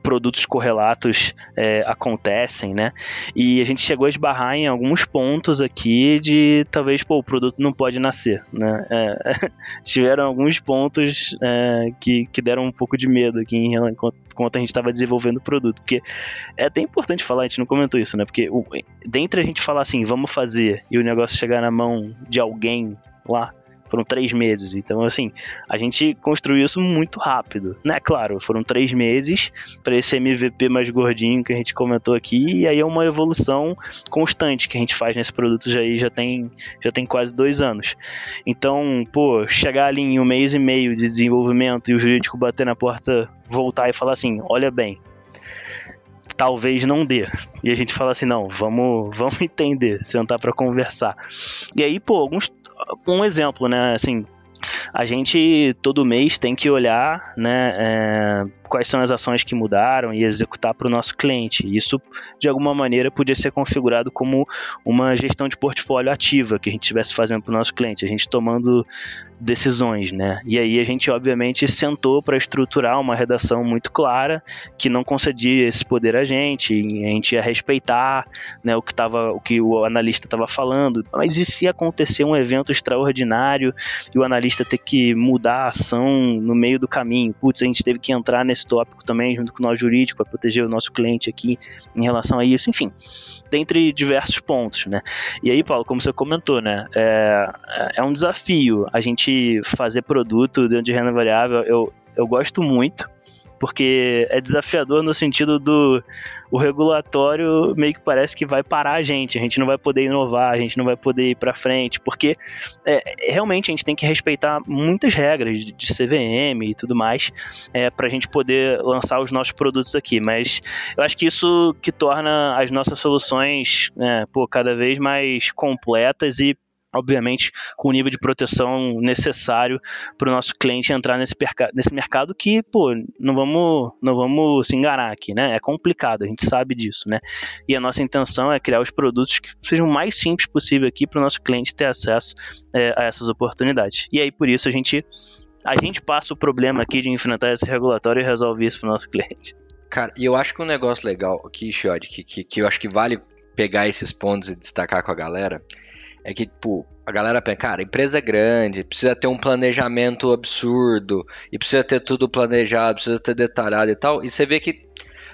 produtos correlatos acontecem, né? E a gente chegou a esbarrar em alguns pontos aqui de talvez, o produto não pode nascer, né? Tiveram alguns pontos que deram um pouco de medo aqui enquanto a gente estava desenvolvendo o produto, porque é até importante falar, a gente não comentou isso, né? Porque dentre a gente falar assim, vamos fazer, e o negócio chegar na mão de alguém lá, foram 3 meses, então assim, a gente construiu isso muito rápido, né? Claro, foram 3 meses para esse MVP mais gordinho que a gente comentou aqui, e aí é uma evolução constante que a gente faz nesse produto já tem quase 2 anos. Então, chegar ali em 1 mês e meio de desenvolvimento e o jurídico bater na porta, voltar e falar assim, olha bem, talvez não dê. E a gente fala assim, não, vamos entender, sentar para conversar. E aí, um exemplo, né, assim, a gente todo mês tem que olhar, né, quais são as ações que mudaram e executar para o nosso cliente. Isso, de alguma maneira, podia ser configurado como uma gestão de portfólio ativa que a gente estivesse fazendo para o nosso cliente, a gente tomando decisões, né? E aí a gente, obviamente, sentou para estruturar uma redação muito clara que não concedia esse poder a gente ia respeitar, né, o que o analista estava falando. Mas e se acontecer um evento extraordinário e o analista ter que mudar a ação no meio do caminho? Putz, a gente teve que entrar nesse tópico também junto com o nosso jurídico para proteger o nosso cliente aqui em relação a isso, enfim, dentre diversos pontos, né? E aí, Paulo, como você comentou, né, é um desafio a gente fazer produto dentro de renda variável. Eu gosto muito, porque é desafiador no sentido o regulatório meio que parece que vai parar a gente não vai poder inovar, a gente não vai poder ir para frente, porque realmente a gente tem que respeitar muitas regras de CVM e tudo mais, para a gente poder lançar os nossos produtos aqui, mas eu acho que isso que torna as nossas soluções cada vez mais completas e obviamente com o nível de proteção necessário para o nosso cliente entrar nesse mercado que, não vamos se enganar aqui, né? É complicado, a gente sabe disso, né? E a nossa intenção é criar os produtos que sejam o mais simples possível aqui para o nosso cliente ter acesso a essas oportunidades. E aí, por isso, a gente passa o problema aqui de enfrentar esse regulatório e resolve isso para o nosso cliente. Cara, e eu acho que um negócio legal aqui, Chiodi, que eu acho que vale pegar esses pontos e destacar com a galera, é que, a galera pensa, cara, a empresa é grande, precisa ter um planejamento absurdo, e precisa ter tudo planejado, precisa ter detalhado e tal, e você vê que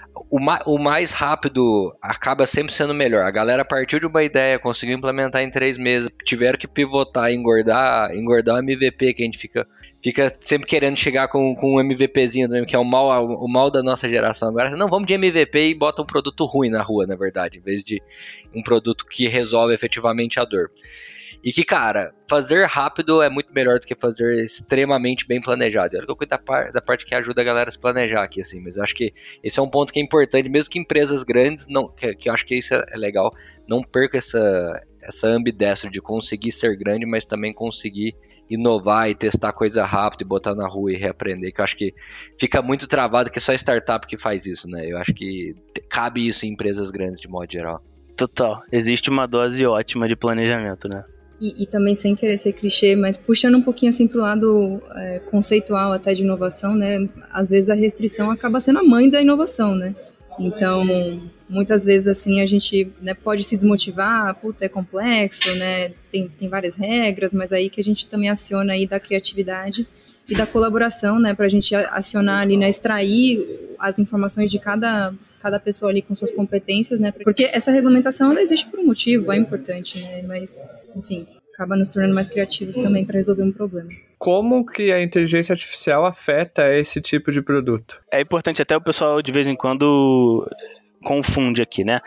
o mais rápido acaba sempre sendo melhor. A galera partiu de uma ideia, conseguiu implementar em 3 meses, tiveram que pivotar e engordar o MVP, que a gente fica sempre querendo chegar com um MVPzinho, que é o mal da nossa geração. Agora, não, vamos de MVP e bota um produto ruim na rua, na verdade, em vez de um produto que resolve efetivamente a dor. E que, cara, fazer rápido é muito melhor do que fazer extremamente bem planejado. Eu cuido da parte que ajuda a galera a se planejar aqui, assim. Mas eu acho que esse é um ponto que é importante, mesmo que empresas grandes, que eu acho que isso é legal, não perca essa ambidestro de conseguir ser grande, mas também conseguir inovar e testar coisa rápido e botar na rua e reaprender, que eu acho que fica muito travado, que é só startup que faz isso, né? Eu acho que cabe isso em empresas grandes de modo geral. Total. Existe uma dose ótima de planejamento, né? E também, sem querer ser clichê, mas puxando um pouquinho assim pro lado conceitual até de inovação, né? Às vezes a restrição acaba sendo a mãe da inovação, né? Então, muitas vezes assim a gente, né, pode se desmotivar, é complexo, né? Tem várias regras, mas aí que a gente também aciona aí da criatividade e da colaboração, né? Pra gente acionar ali, né? Extrair as informações de cada pessoa ali com suas competências, né? Porque essa regulamentação, ela existe por um motivo, é importante, né? Mas, enfim, acaba nos tornando mais criativos também para resolver um problema. Como que a inteligência artificial afeta esse tipo de produto? É importante, até o pessoal de vez em quando confunde aqui, né?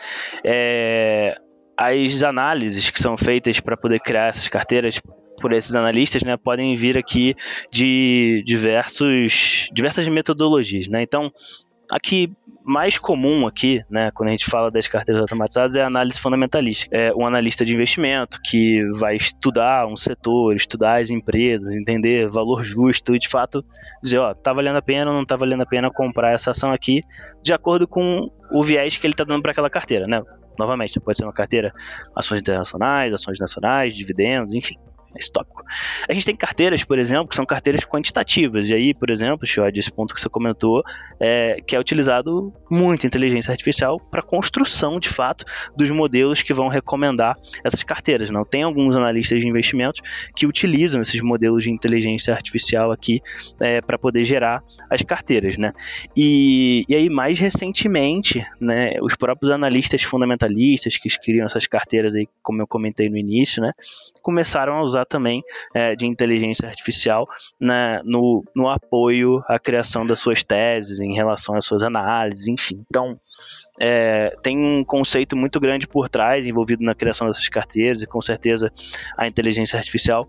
As análises que são feitas para poder criar essas carteiras por esses analistas, né, podem vir aqui de diversas metodologias, né? Então, a que mais comum aqui, né, quando a gente fala das carteiras automatizadas, é a análise fundamentalista. É um analista de investimento que vai estudar um setor, estudar as empresas, entender valor justo e, de fato, dizer, tá valendo a pena ou não tá valendo a pena comprar essa ação aqui, de acordo com o viés que ele está dando para aquela carteira, né? Novamente, pode ser uma carteira ações internacionais, ações nacionais, dividendos, enfim. esse tópico. A gente tem carteiras, por exemplo, que são carteiras quantitativas, e aí, por exemplo, Chiodi, esse ponto que você comentou, que é utilizado muito inteligência artificial para construção, de fato, dos modelos que vão recomendar essas carteiras. Não tem alguns analistas de investimentos que utilizam esses modelos de inteligência artificial aqui para poder gerar as carteiras, né? E aí, mais recentemente, né, os próprios analistas fundamentalistas que criam essas carteiras aí, como eu comentei no início, né, começaram a usar também de inteligência artificial, né, no apoio à criação das suas teses, em relação às suas análises, enfim. Então, tem um conceito muito grande por trás, envolvido na criação dessas carteiras, e com certeza a inteligência artificial,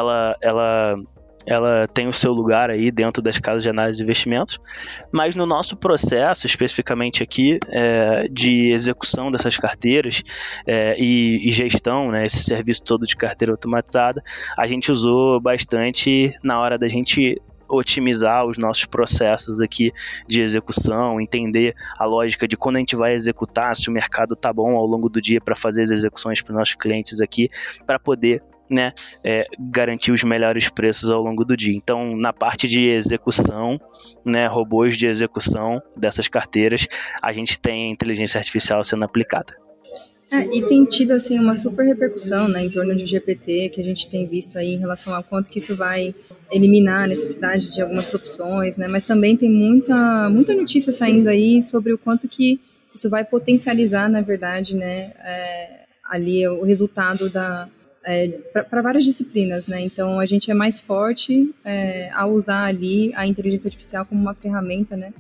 ela tem o seu lugar aí dentro das casas de análise de investimentos, mas no nosso processo, especificamente aqui, de execução dessas carteiras e gestão, né, esse serviço todo de carteira automatizada, a gente usou bastante na hora da gente otimizar os nossos processos aqui de execução, entender a lógica de quando a gente vai executar, se o mercado está bom ao longo do dia para fazer as execuções para os nossos clientes aqui, para poder, né, garantir os melhores preços ao longo do dia. Então, na parte de execução, né, robôs de execução dessas carteiras, a gente tem inteligência artificial sendo aplicada. E tem tido assim uma super repercussão, né, em torno de GPT, que a gente tem visto aí em relação a quanto que isso vai eliminar a necessidade de algumas profissões, né, mas também tem muita notícia saindo aí sobre o quanto que isso vai potencializar, na verdade, né, ali o resultado para várias disciplinas, né? Então a gente é mais forte a usar ali a inteligência artificial como uma ferramenta, né?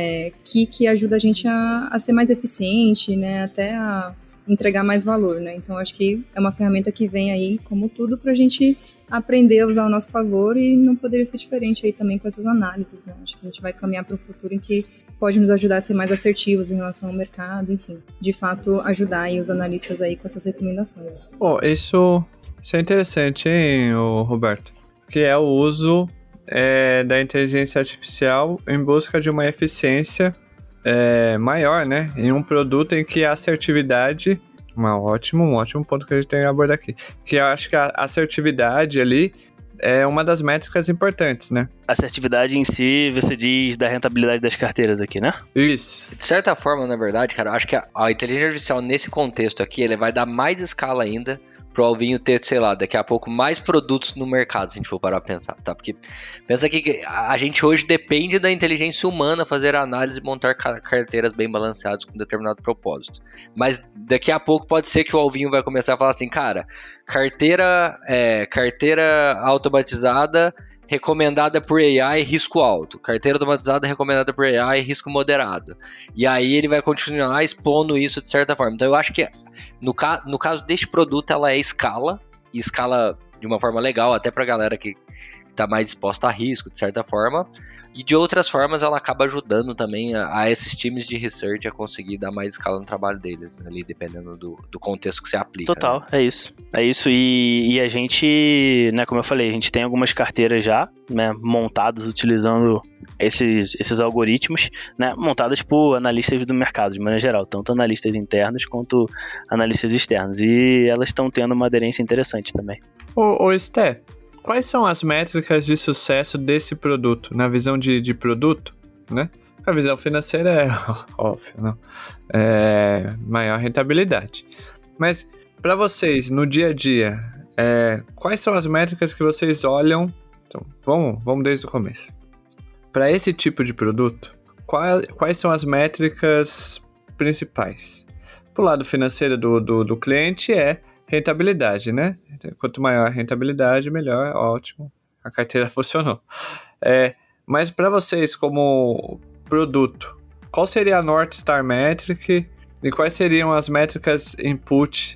Que ajuda a gente a ser mais eficiente, né? Até a entregar mais valor, né? Então acho que é uma ferramenta que vem aí, como tudo, para a gente aprender a usar ao nosso favor, e não poderia ser diferente aí também com essas análises, né? Acho que a gente vai caminhar para um futuro em que pode nos ajudar a ser mais assertivos em relação ao mercado, enfim, de fato ajudar aí os analistas aí com essas recomendações. Isso é interessante, hein, Roberto? Que é o uso da inteligência artificial em busca de uma eficiência maior, né? Em um produto em que a assertividade... um ótimo ponto que a gente tem que abordar aqui. Que eu acho que a assertividade ali é uma das métricas importantes, né? Assertividade em si, você diz da rentabilidade das carteiras aqui, né? Isso. De certa forma, na verdade, cara, eu acho que a inteligência artificial nesse contexto aqui, ele vai dar mais escala ainda pro Alvinho ter, sei lá, daqui a pouco mais produtos no mercado, se a gente for parar pra pensar, tá? Porque pensa que a gente hoje depende da inteligência humana fazer a análise e montar carteiras bem balanceadas com determinado propósito. Mas daqui a pouco pode ser que o Alvinho vai começar a falar assim, cara, carteira automatizada recomendada por AI, risco alto. Carteira automatizada recomendada por AI, risco moderado. E aí ele vai continuar expondo isso de certa forma. Então eu acho que no caso deste produto ela escala de uma forma legal, até pra galera que está mais exposta a risco, de certa forma. E de outras formas ela acaba ajudando também a esses times de research a conseguir dar mais escala no trabalho deles, né, ali dependendo do contexto que você aplica. Total, né? É isso. E a gente, né, como eu falei, a gente tem algumas carteiras já, né, montadas utilizando esses algoritmos, né, montadas por analistas do mercado, de maneira geral, tanto analistas internos quanto analistas externos. E elas estão tendo uma aderência interessante também. Ô Esté, quais são as métricas de sucesso desse produto, na visão de produto, né? A visão financeira é óbvio, não? É maior rentabilidade. Mas, para vocês, no dia a dia, quais são as métricas que vocês olham? Então, vamos desde o começo. Para esse tipo de produto, quais são as métricas principais? Pro lado financeiro do cliente rentabilidade, né? Quanto maior a rentabilidade, melhor, ótimo, a carteira funcionou. Mas para vocês, como produto, qual seria a North Star Metric e quais seriam as métricas input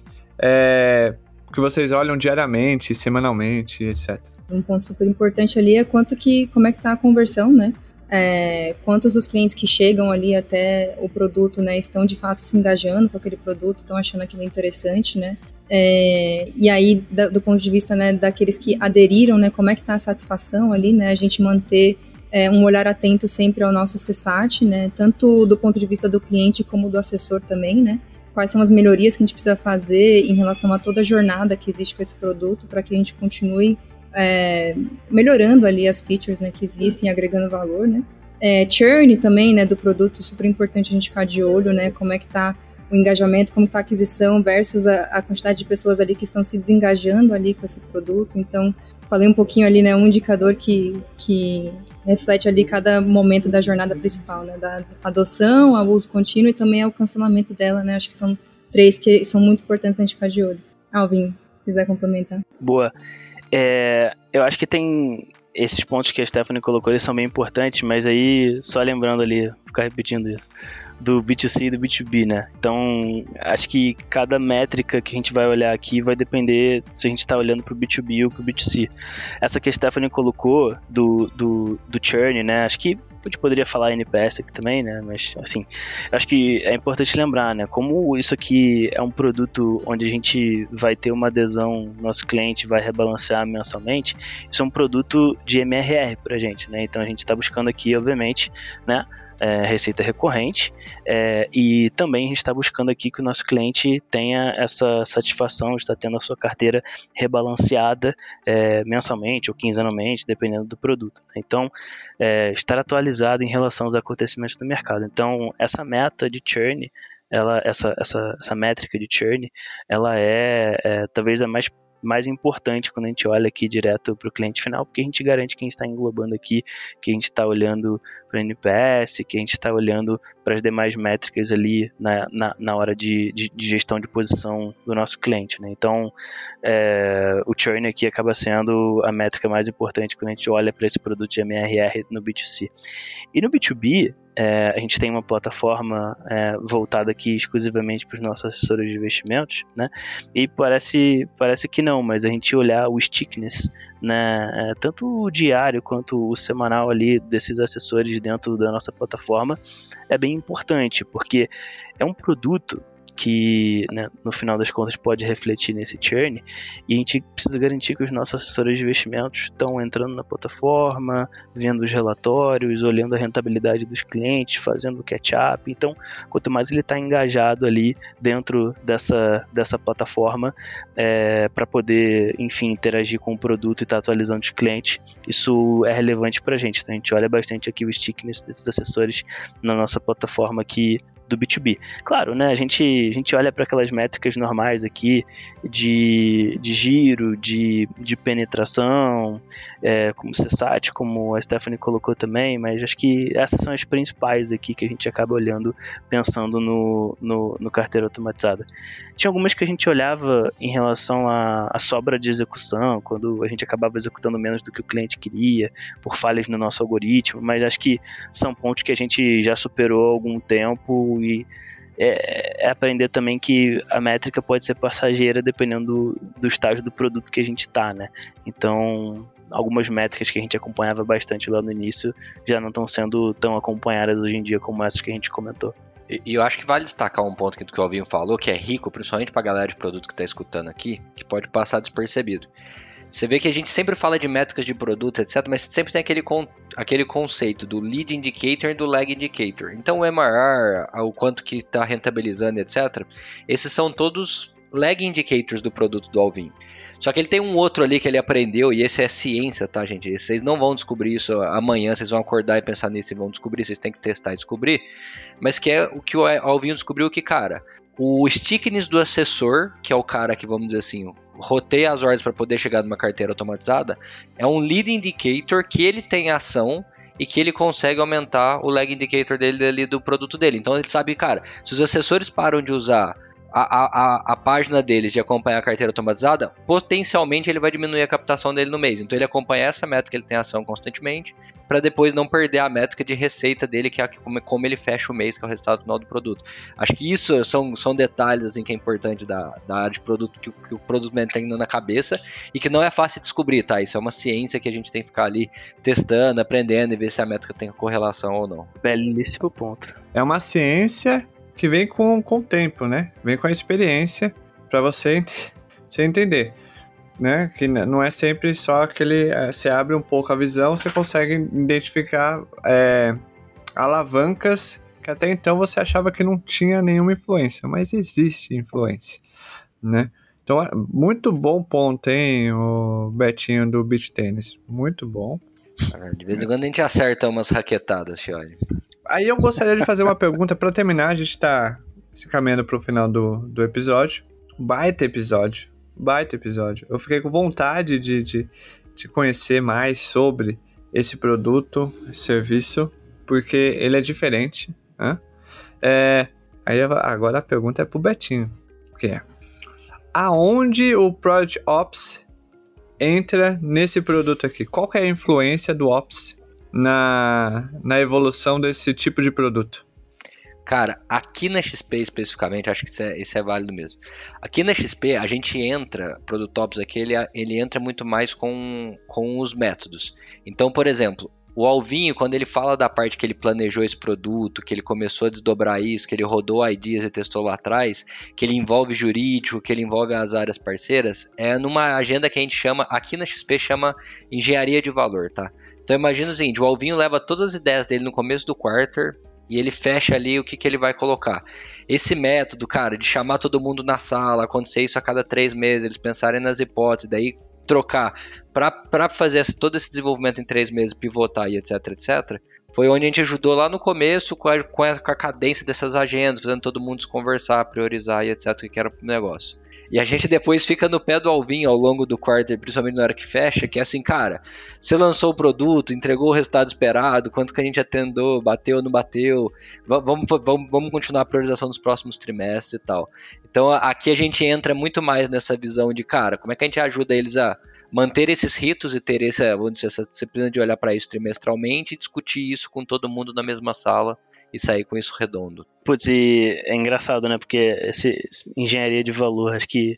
que vocês olham diariamente, semanalmente, etc? Um ponto super importante ali é como é que está a conversão, né? Quantos dos clientes que chegam ali até o produto, né, estão de fato se engajando com aquele produto, estão achando aquilo interessante, né? E aí, do ponto de vista, né, daqueles que aderiram, né, como é que está a satisfação ali, né, a gente manter um olhar atento sempre ao nosso CSAT, né, tanto do ponto de vista do cliente como do assessor também, né, quais são as melhorias que a gente precisa fazer em relação a toda a jornada que existe com esse produto para que a gente continue melhorando ali as features, né, que existem, agregando valor, né. Churn também, né, do produto, super importante a gente ficar de olho, né, como é que tá o engajamento, como está a aquisição versus a quantidade de pessoas ali que estão se desengajando ali com esse produto. Então, falei um pouquinho ali, né, um indicador que reflete ali cada momento da jornada principal, né, da adoção ao uso contínuo e também ao cancelamento dela, né, acho que são 3 que são muito importantes a gente ficar de olho. Alvin, se quiser complementar. Boa. Eu acho que tem esses pontos que a Stephanie colocou, eles são bem importantes, mas aí, só lembrando ali, ficar repetindo isso, do B2C e do B2B, né? Então, acho que cada métrica que a gente vai olhar aqui vai depender se a gente está olhando para o B2B ou para o B2C. Essa que a Stephanie colocou do churn, né? Acho que a gente poderia falar NPS aqui também, né? Mas, assim, acho que é importante lembrar, né? Como isso aqui é um produto onde a gente vai ter uma adesão, nosso cliente vai rebalancear mensalmente, isso é um produto de MRR pra gente, né? Então, a gente está buscando aqui, obviamente, né? Receita recorrente, e também a gente está buscando aqui que o nosso cliente tenha essa satisfação de estar tendo a sua carteira rebalanceada mensalmente ou quinzenalmente, dependendo do produto. Então, estar atualizado em relação aos acontecimentos do mercado. Então, essa meta de churn, essa métrica de churn, ela talvez a mais importante quando a gente olha aqui direto para o cliente final, porque a gente garante que a gente está englobando aqui, que a gente está olhando para o NPS, que a gente está olhando para as demais métricas ali na hora de gestão de posição do nosso cliente, né? Então, o churn aqui acaba sendo a métrica mais importante quando a gente olha para esse produto de MRR no B2C. E no B2B, a gente tem uma plataforma voltada aqui exclusivamente para os nossos assessores de investimentos, né? E parece que não, mas a gente olhar o stickiness, né, tanto o diário quanto o semanal ali desses assessores dentro da nossa plataforma é bem importante, porque é um produto que, né, no final das contas pode refletir nesse churn, e a gente precisa garantir que os nossos assessores de investimentos estão entrando na plataforma, vendo os relatórios, olhando a rentabilidade dos clientes, fazendo o catch-up. Então, quanto mais ele está engajado ali dentro dessa plataforma para poder, enfim, interagir com o produto e estar atualizando os clientes, isso é relevante para a gente. Então, a gente olha bastante aqui o stickiness desses assessores na nossa plataforma aqui do B2B. Claro, né, a gente olha para aquelas métricas normais aqui de giro, de penetração, como o CSAT, como a Stephanie colocou também, mas acho que essas são as principais aqui que a gente acaba olhando, pensando no carteira automatizada. Tinha algumas que a gente olhava em relação à sobra de execução, quando a gente acabava executando menos do que o cliente queria, por falhas no nosso algoritmo, mas acho que são pontos que a gente já superou há algum tempo, e aprender também que a métrica pode ser passageira dependendo do estágio do produto que a gente está, né? Então, algumas métricas que a gente acompanhava bastante lá no início já não estão sendo tão acompanhadas hoje em dia como essas que a gente comentou. E eu acho que vale destacar um ponto que o Alvinho falou, que é rico, principalmente para a galera de produto que está escutando aqui, que pode passar despercebido. Você vê que a gente sempre fala de métricas de produto, etc., mas sempre tem aquele conceito do lead indicator e do lag indicator. Então o MRR, o quanto que está rentabilizando, etc., esses são todos lag indicators do produto do Alvinho. Só que ele tem um outro ali que ele aprendeu, e esse é ciência, tá, gente? Vocês não vão descobrir isso amanhã, vocês vão acordar e pensar nisso e vão descobrir, vocês têm que testar e descobrir. Mas que é o que o Alvinho descobriu, que, cara, o stickiness do assessor, que é o cara que, vamos dizer assim, roteia as ordens para poder chegar numa carteira automatizada, é um lead indicator que ele tem ação e que ele consegue aumentar o lag indicator dele do produto dele. Então ele sabe, cara, se os assessores param de usar a página deles de acompanhar a carteira automatizada, potencialmente ele vai diminuir a captação dele no mês. Então ele acompanha essa métrica, ele tem ação constantemente, para depois não perder a métrica de receita dele, que é como ele fecha o mês, que é o resultado final do produto. Acho que isso são detalhes assim, que é importante da área de produto, que o produto man tem na cabeça, e que não é fácil de descobrir, tá? Isso é uma ciência que a gente tem que ficar ali testando, aprendendo e ver se a métrica tem correlação ou não. Belíssimo ponto. É uma ciência que vem com o tempo, né? Vem com a experiência para você entender, né? Que não é sempre só aquele... Você abre um pouco a visão, você consegue identificar alavancas que até então você achava que não tinha nenhuma influência, mas existe influência, né? Então, muito bom ponto, hein, o Betinho do Beach Tennis. Muito bom. De vez em quando a gente acerta umas raquetadas, Chiodi. Aí eu gostaria de fazer uma pergunta para terminar. A gente tá se caminhando pro final do episódio. Baita episódio. Eu fiquei com vontade de conhecer mais sobre esse produto, esse serviço, porque ele é diferente, né? Aí agora a pergunta é pro Betinho, que é: aonde o Product Ops entra nesse produto aqui? Qual que é a influência do Ops na evolução desse tipo de produto? Cara, aqui na XP especificamente, acho que isso é válido mesmo. Aqui na XP, a gente entra, Product Ops aqui, ele entra muito mais com os métodos. Então, por exemplo, o Alvinho, quando ele fala da parte que ele planejou esse produto, que ele começou a desdobrar isso, que ele rodou ideas e testou lá atrás, que ele envolve jurídico, que ele envolve as áreas parceiras, é numa agenda que a gente chama, aqui na XP chama engenharia de valor, tá? Então imagina o seguinte, o Alvinho leva todas as ideias dele no começo do quarter e ele fecha ali o que ele vai colocar. Esse método, cara, de chamar todo mundo na sala, acontecer isso a cada 3 meses, eles pensarem nas hipóteses, daí trocar para fazer todo esse desenvolvimento em 3 meses, pivotar e etc, etc, foi onde a gente ajudou lá no começo com a cadência dessas agendas, fazendo todo mundo se conversar, priorizar e etc, o que era pro negócio. E a gente depois fica no pé do Alvinho ao longo do quarter, principalmente na hora que fecha, que é assim, cara, você lançou o produto, entregou o resultado esperado, quanto que a gente atendeu, bateu ou não bateu, vamos continuar a priorização nos próximos trimestres e tal. Então aqui a gente entra muito mais nessa visão de, cara, como é que a gente ajuda eles a manter esses ritos e ter essa disciplina de olhar para isso trimestralmente e discutir isso com todo mundo na mesma sala e sair com isso redondo. Putz, e é engraçado, né? Porque esse engenharia de valor, acho que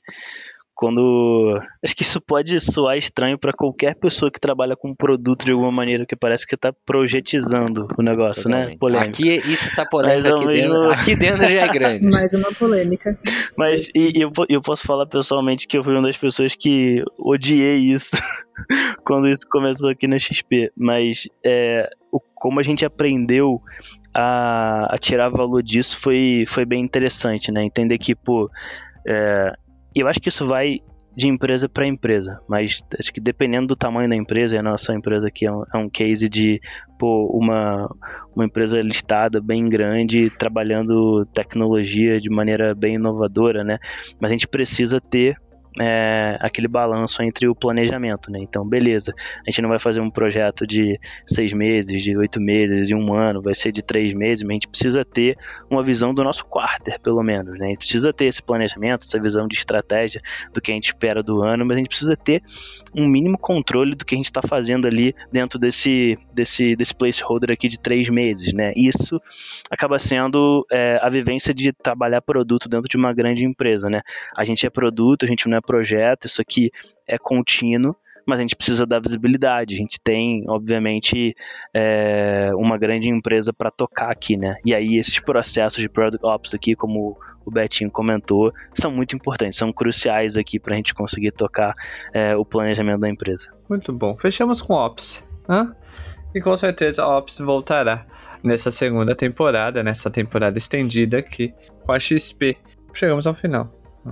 isso pode soar estranho para qualquer pessoa que trabalha com um produto de alguma maneira, que parece que tá projetizando o negócio, totalmente, né? Polêmica. Essa polêmica aqui dentro já é grande. Mais uma polêmica. Mas eu posso falar pessoalmente que eu fui uma das pessoas que odiei isso quando isso começou aqui na XP. Mas como a gente aprendeu a tirar valor disso foi bem interessante, né? Entender que, eu acho que isso vai de empresa para empresa, mas acho que dependendo do tamanho da empresa, e a nossa empresa aqui é um case de uma empresa listada bem grande, trabalhando tecnologia de maneira bem inovadora, né? Mas a gente precisa ter aquele balanço entre o planejamento, né? Então, beleza, a gente não vai fazer um projeto de 6 meses, de 8 meses, de 1 ano, vai ser de 3 meses, mas a gente precisa ter uma visão do nosso quarter, pelo menos, né? A gente precisa ter esse planejamento, essa visão de estratégia do que a gente espera do ano, mas a gente precisa ter um mínimo controle do que a gente está fazendo ali dentro desse placeholder aqui de 3 meses, né? Isso acaba sendo a vivência de trabalhar produto dentro de uma grande empresa, né? A gente é produto, a gente não é projeto, isso aqui é contínuo, mas a gente precisa dar visibilidade. A gente tem, obviamente, uma grande empresa para tocar aqui, né? E aí esses processos de Product Ops aqui, como o Betinho comentou, são muito importantes, são cruciais aqui para a gente conseguir tocar o planejamento da empresa. Muito bom. Fechamos com Ops, né? E com certeza a Ops voltará nessa segunda temporada, nessa temporada estendida aqui com a XP. Chegamos ao final.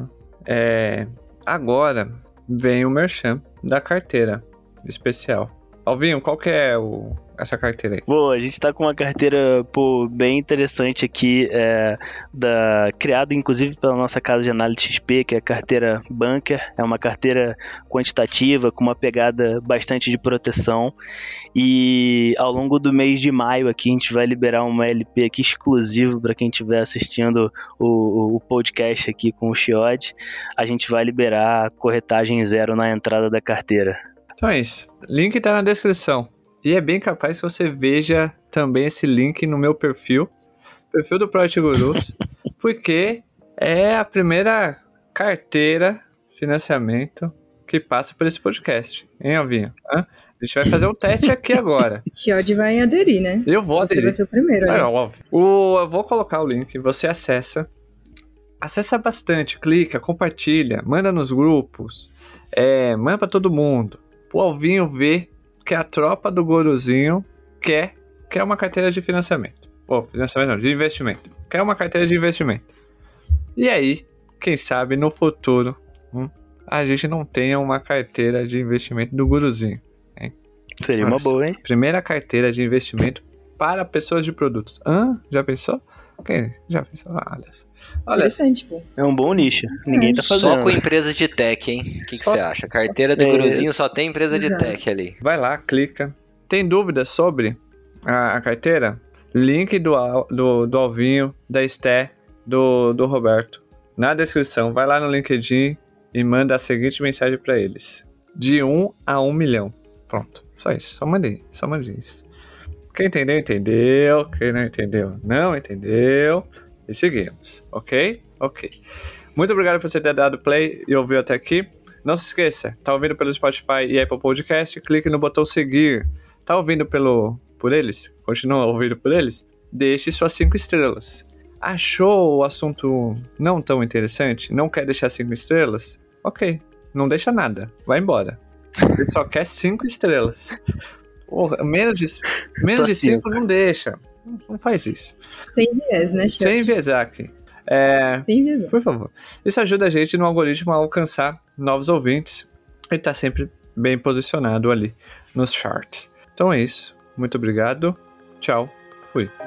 Agora vem o merchan da carteira especial. Alvinho, qual que é essa carteira aí? Boa, a gente tá com uma carteira bem interessante aqui, criada inclusive pela nossa casa de análise XP, que é a carteira Bunker. É uma carteira quantitativa com uma pegada bastante de proteção, e ao longo do mês de maio aqui a gente vai liberar uma LP aqui exclusivo para quem estiver assistindo o podcast aqui com o Chiodi. A gente vai liberar corretagem zero na entrada da carteira. Então é isso, link tá na descrição. E é bem capaz que você veja também esse link no meu perfil do Product Gurus, porque é a primeira carteira financiamento que passa por esse podcast, hein, Alvinho? A gente vai fazer um teste aqui agora. Chiodi vai aderir, né? Eu vou aderir. Você vai ser o primeiro, né? Óbvio. Eu vou colocar o link, você acessa bastante, clica, compartilha, manda nos grupos, manda pra todo mundo. O Alvinho vê que a tropa do Guruzinho quer uma carteira de financiamento. financiamento não, de investimento. Quer uma carteira de investimento. E aí, quem sabe no futuro, a gente não tenha uma carteira de investimento do Guruzinho. Hein? Seria uma boa, hein? Primeira carteira de investimento para pessoas de produtos. Já pensou? Quem já pensou? Olha. Interessante, pô. É um bom nicho. Ninguém tá fazendo. Só com empresa de tech, hein? O que você acha? Carteira do Guruzinho só tem empresa de tech ali. Vai lá, clica. Tem dúvidas sobre a carteira? Link do Alvinho, da Esté, do Roberto. Na descrição, vai lá no LinkedIn e manda a seguinte mensagem para eles. De 1 a 1 milhão. Pronto, só isso. Só mande isso. Quem entendeu, entendeu. Quem não entendeu, não entendeu. E seguimos, ok? Ok. Muito obrigado por você ter dado play e ouviu até aqui. Não se esqueça, tá ouvindo pelo Spotify e Apple Podcast, clique no botão seguir. Tá ouvindo por eles? Continua ouvindo por eles? Deixe suas 5 estrelas. Achou o assunto não tão interessante? Não quer deixar 5 estrelas? Ok, não deixa nada. Vai embora. Ele só quer 5 estrelas. Porra, menos de 5 não deixa. Não faz isso. Sem viés, né, chefe? Sem enviesar aqui. Sem enviesar. Por favor. Isso ajuda a gente no algoritmo a alcançar novos ouvintes e tá sempre bem posicionado ali nos charts. Então é isso. Muito obrigado. Tchau. Fui.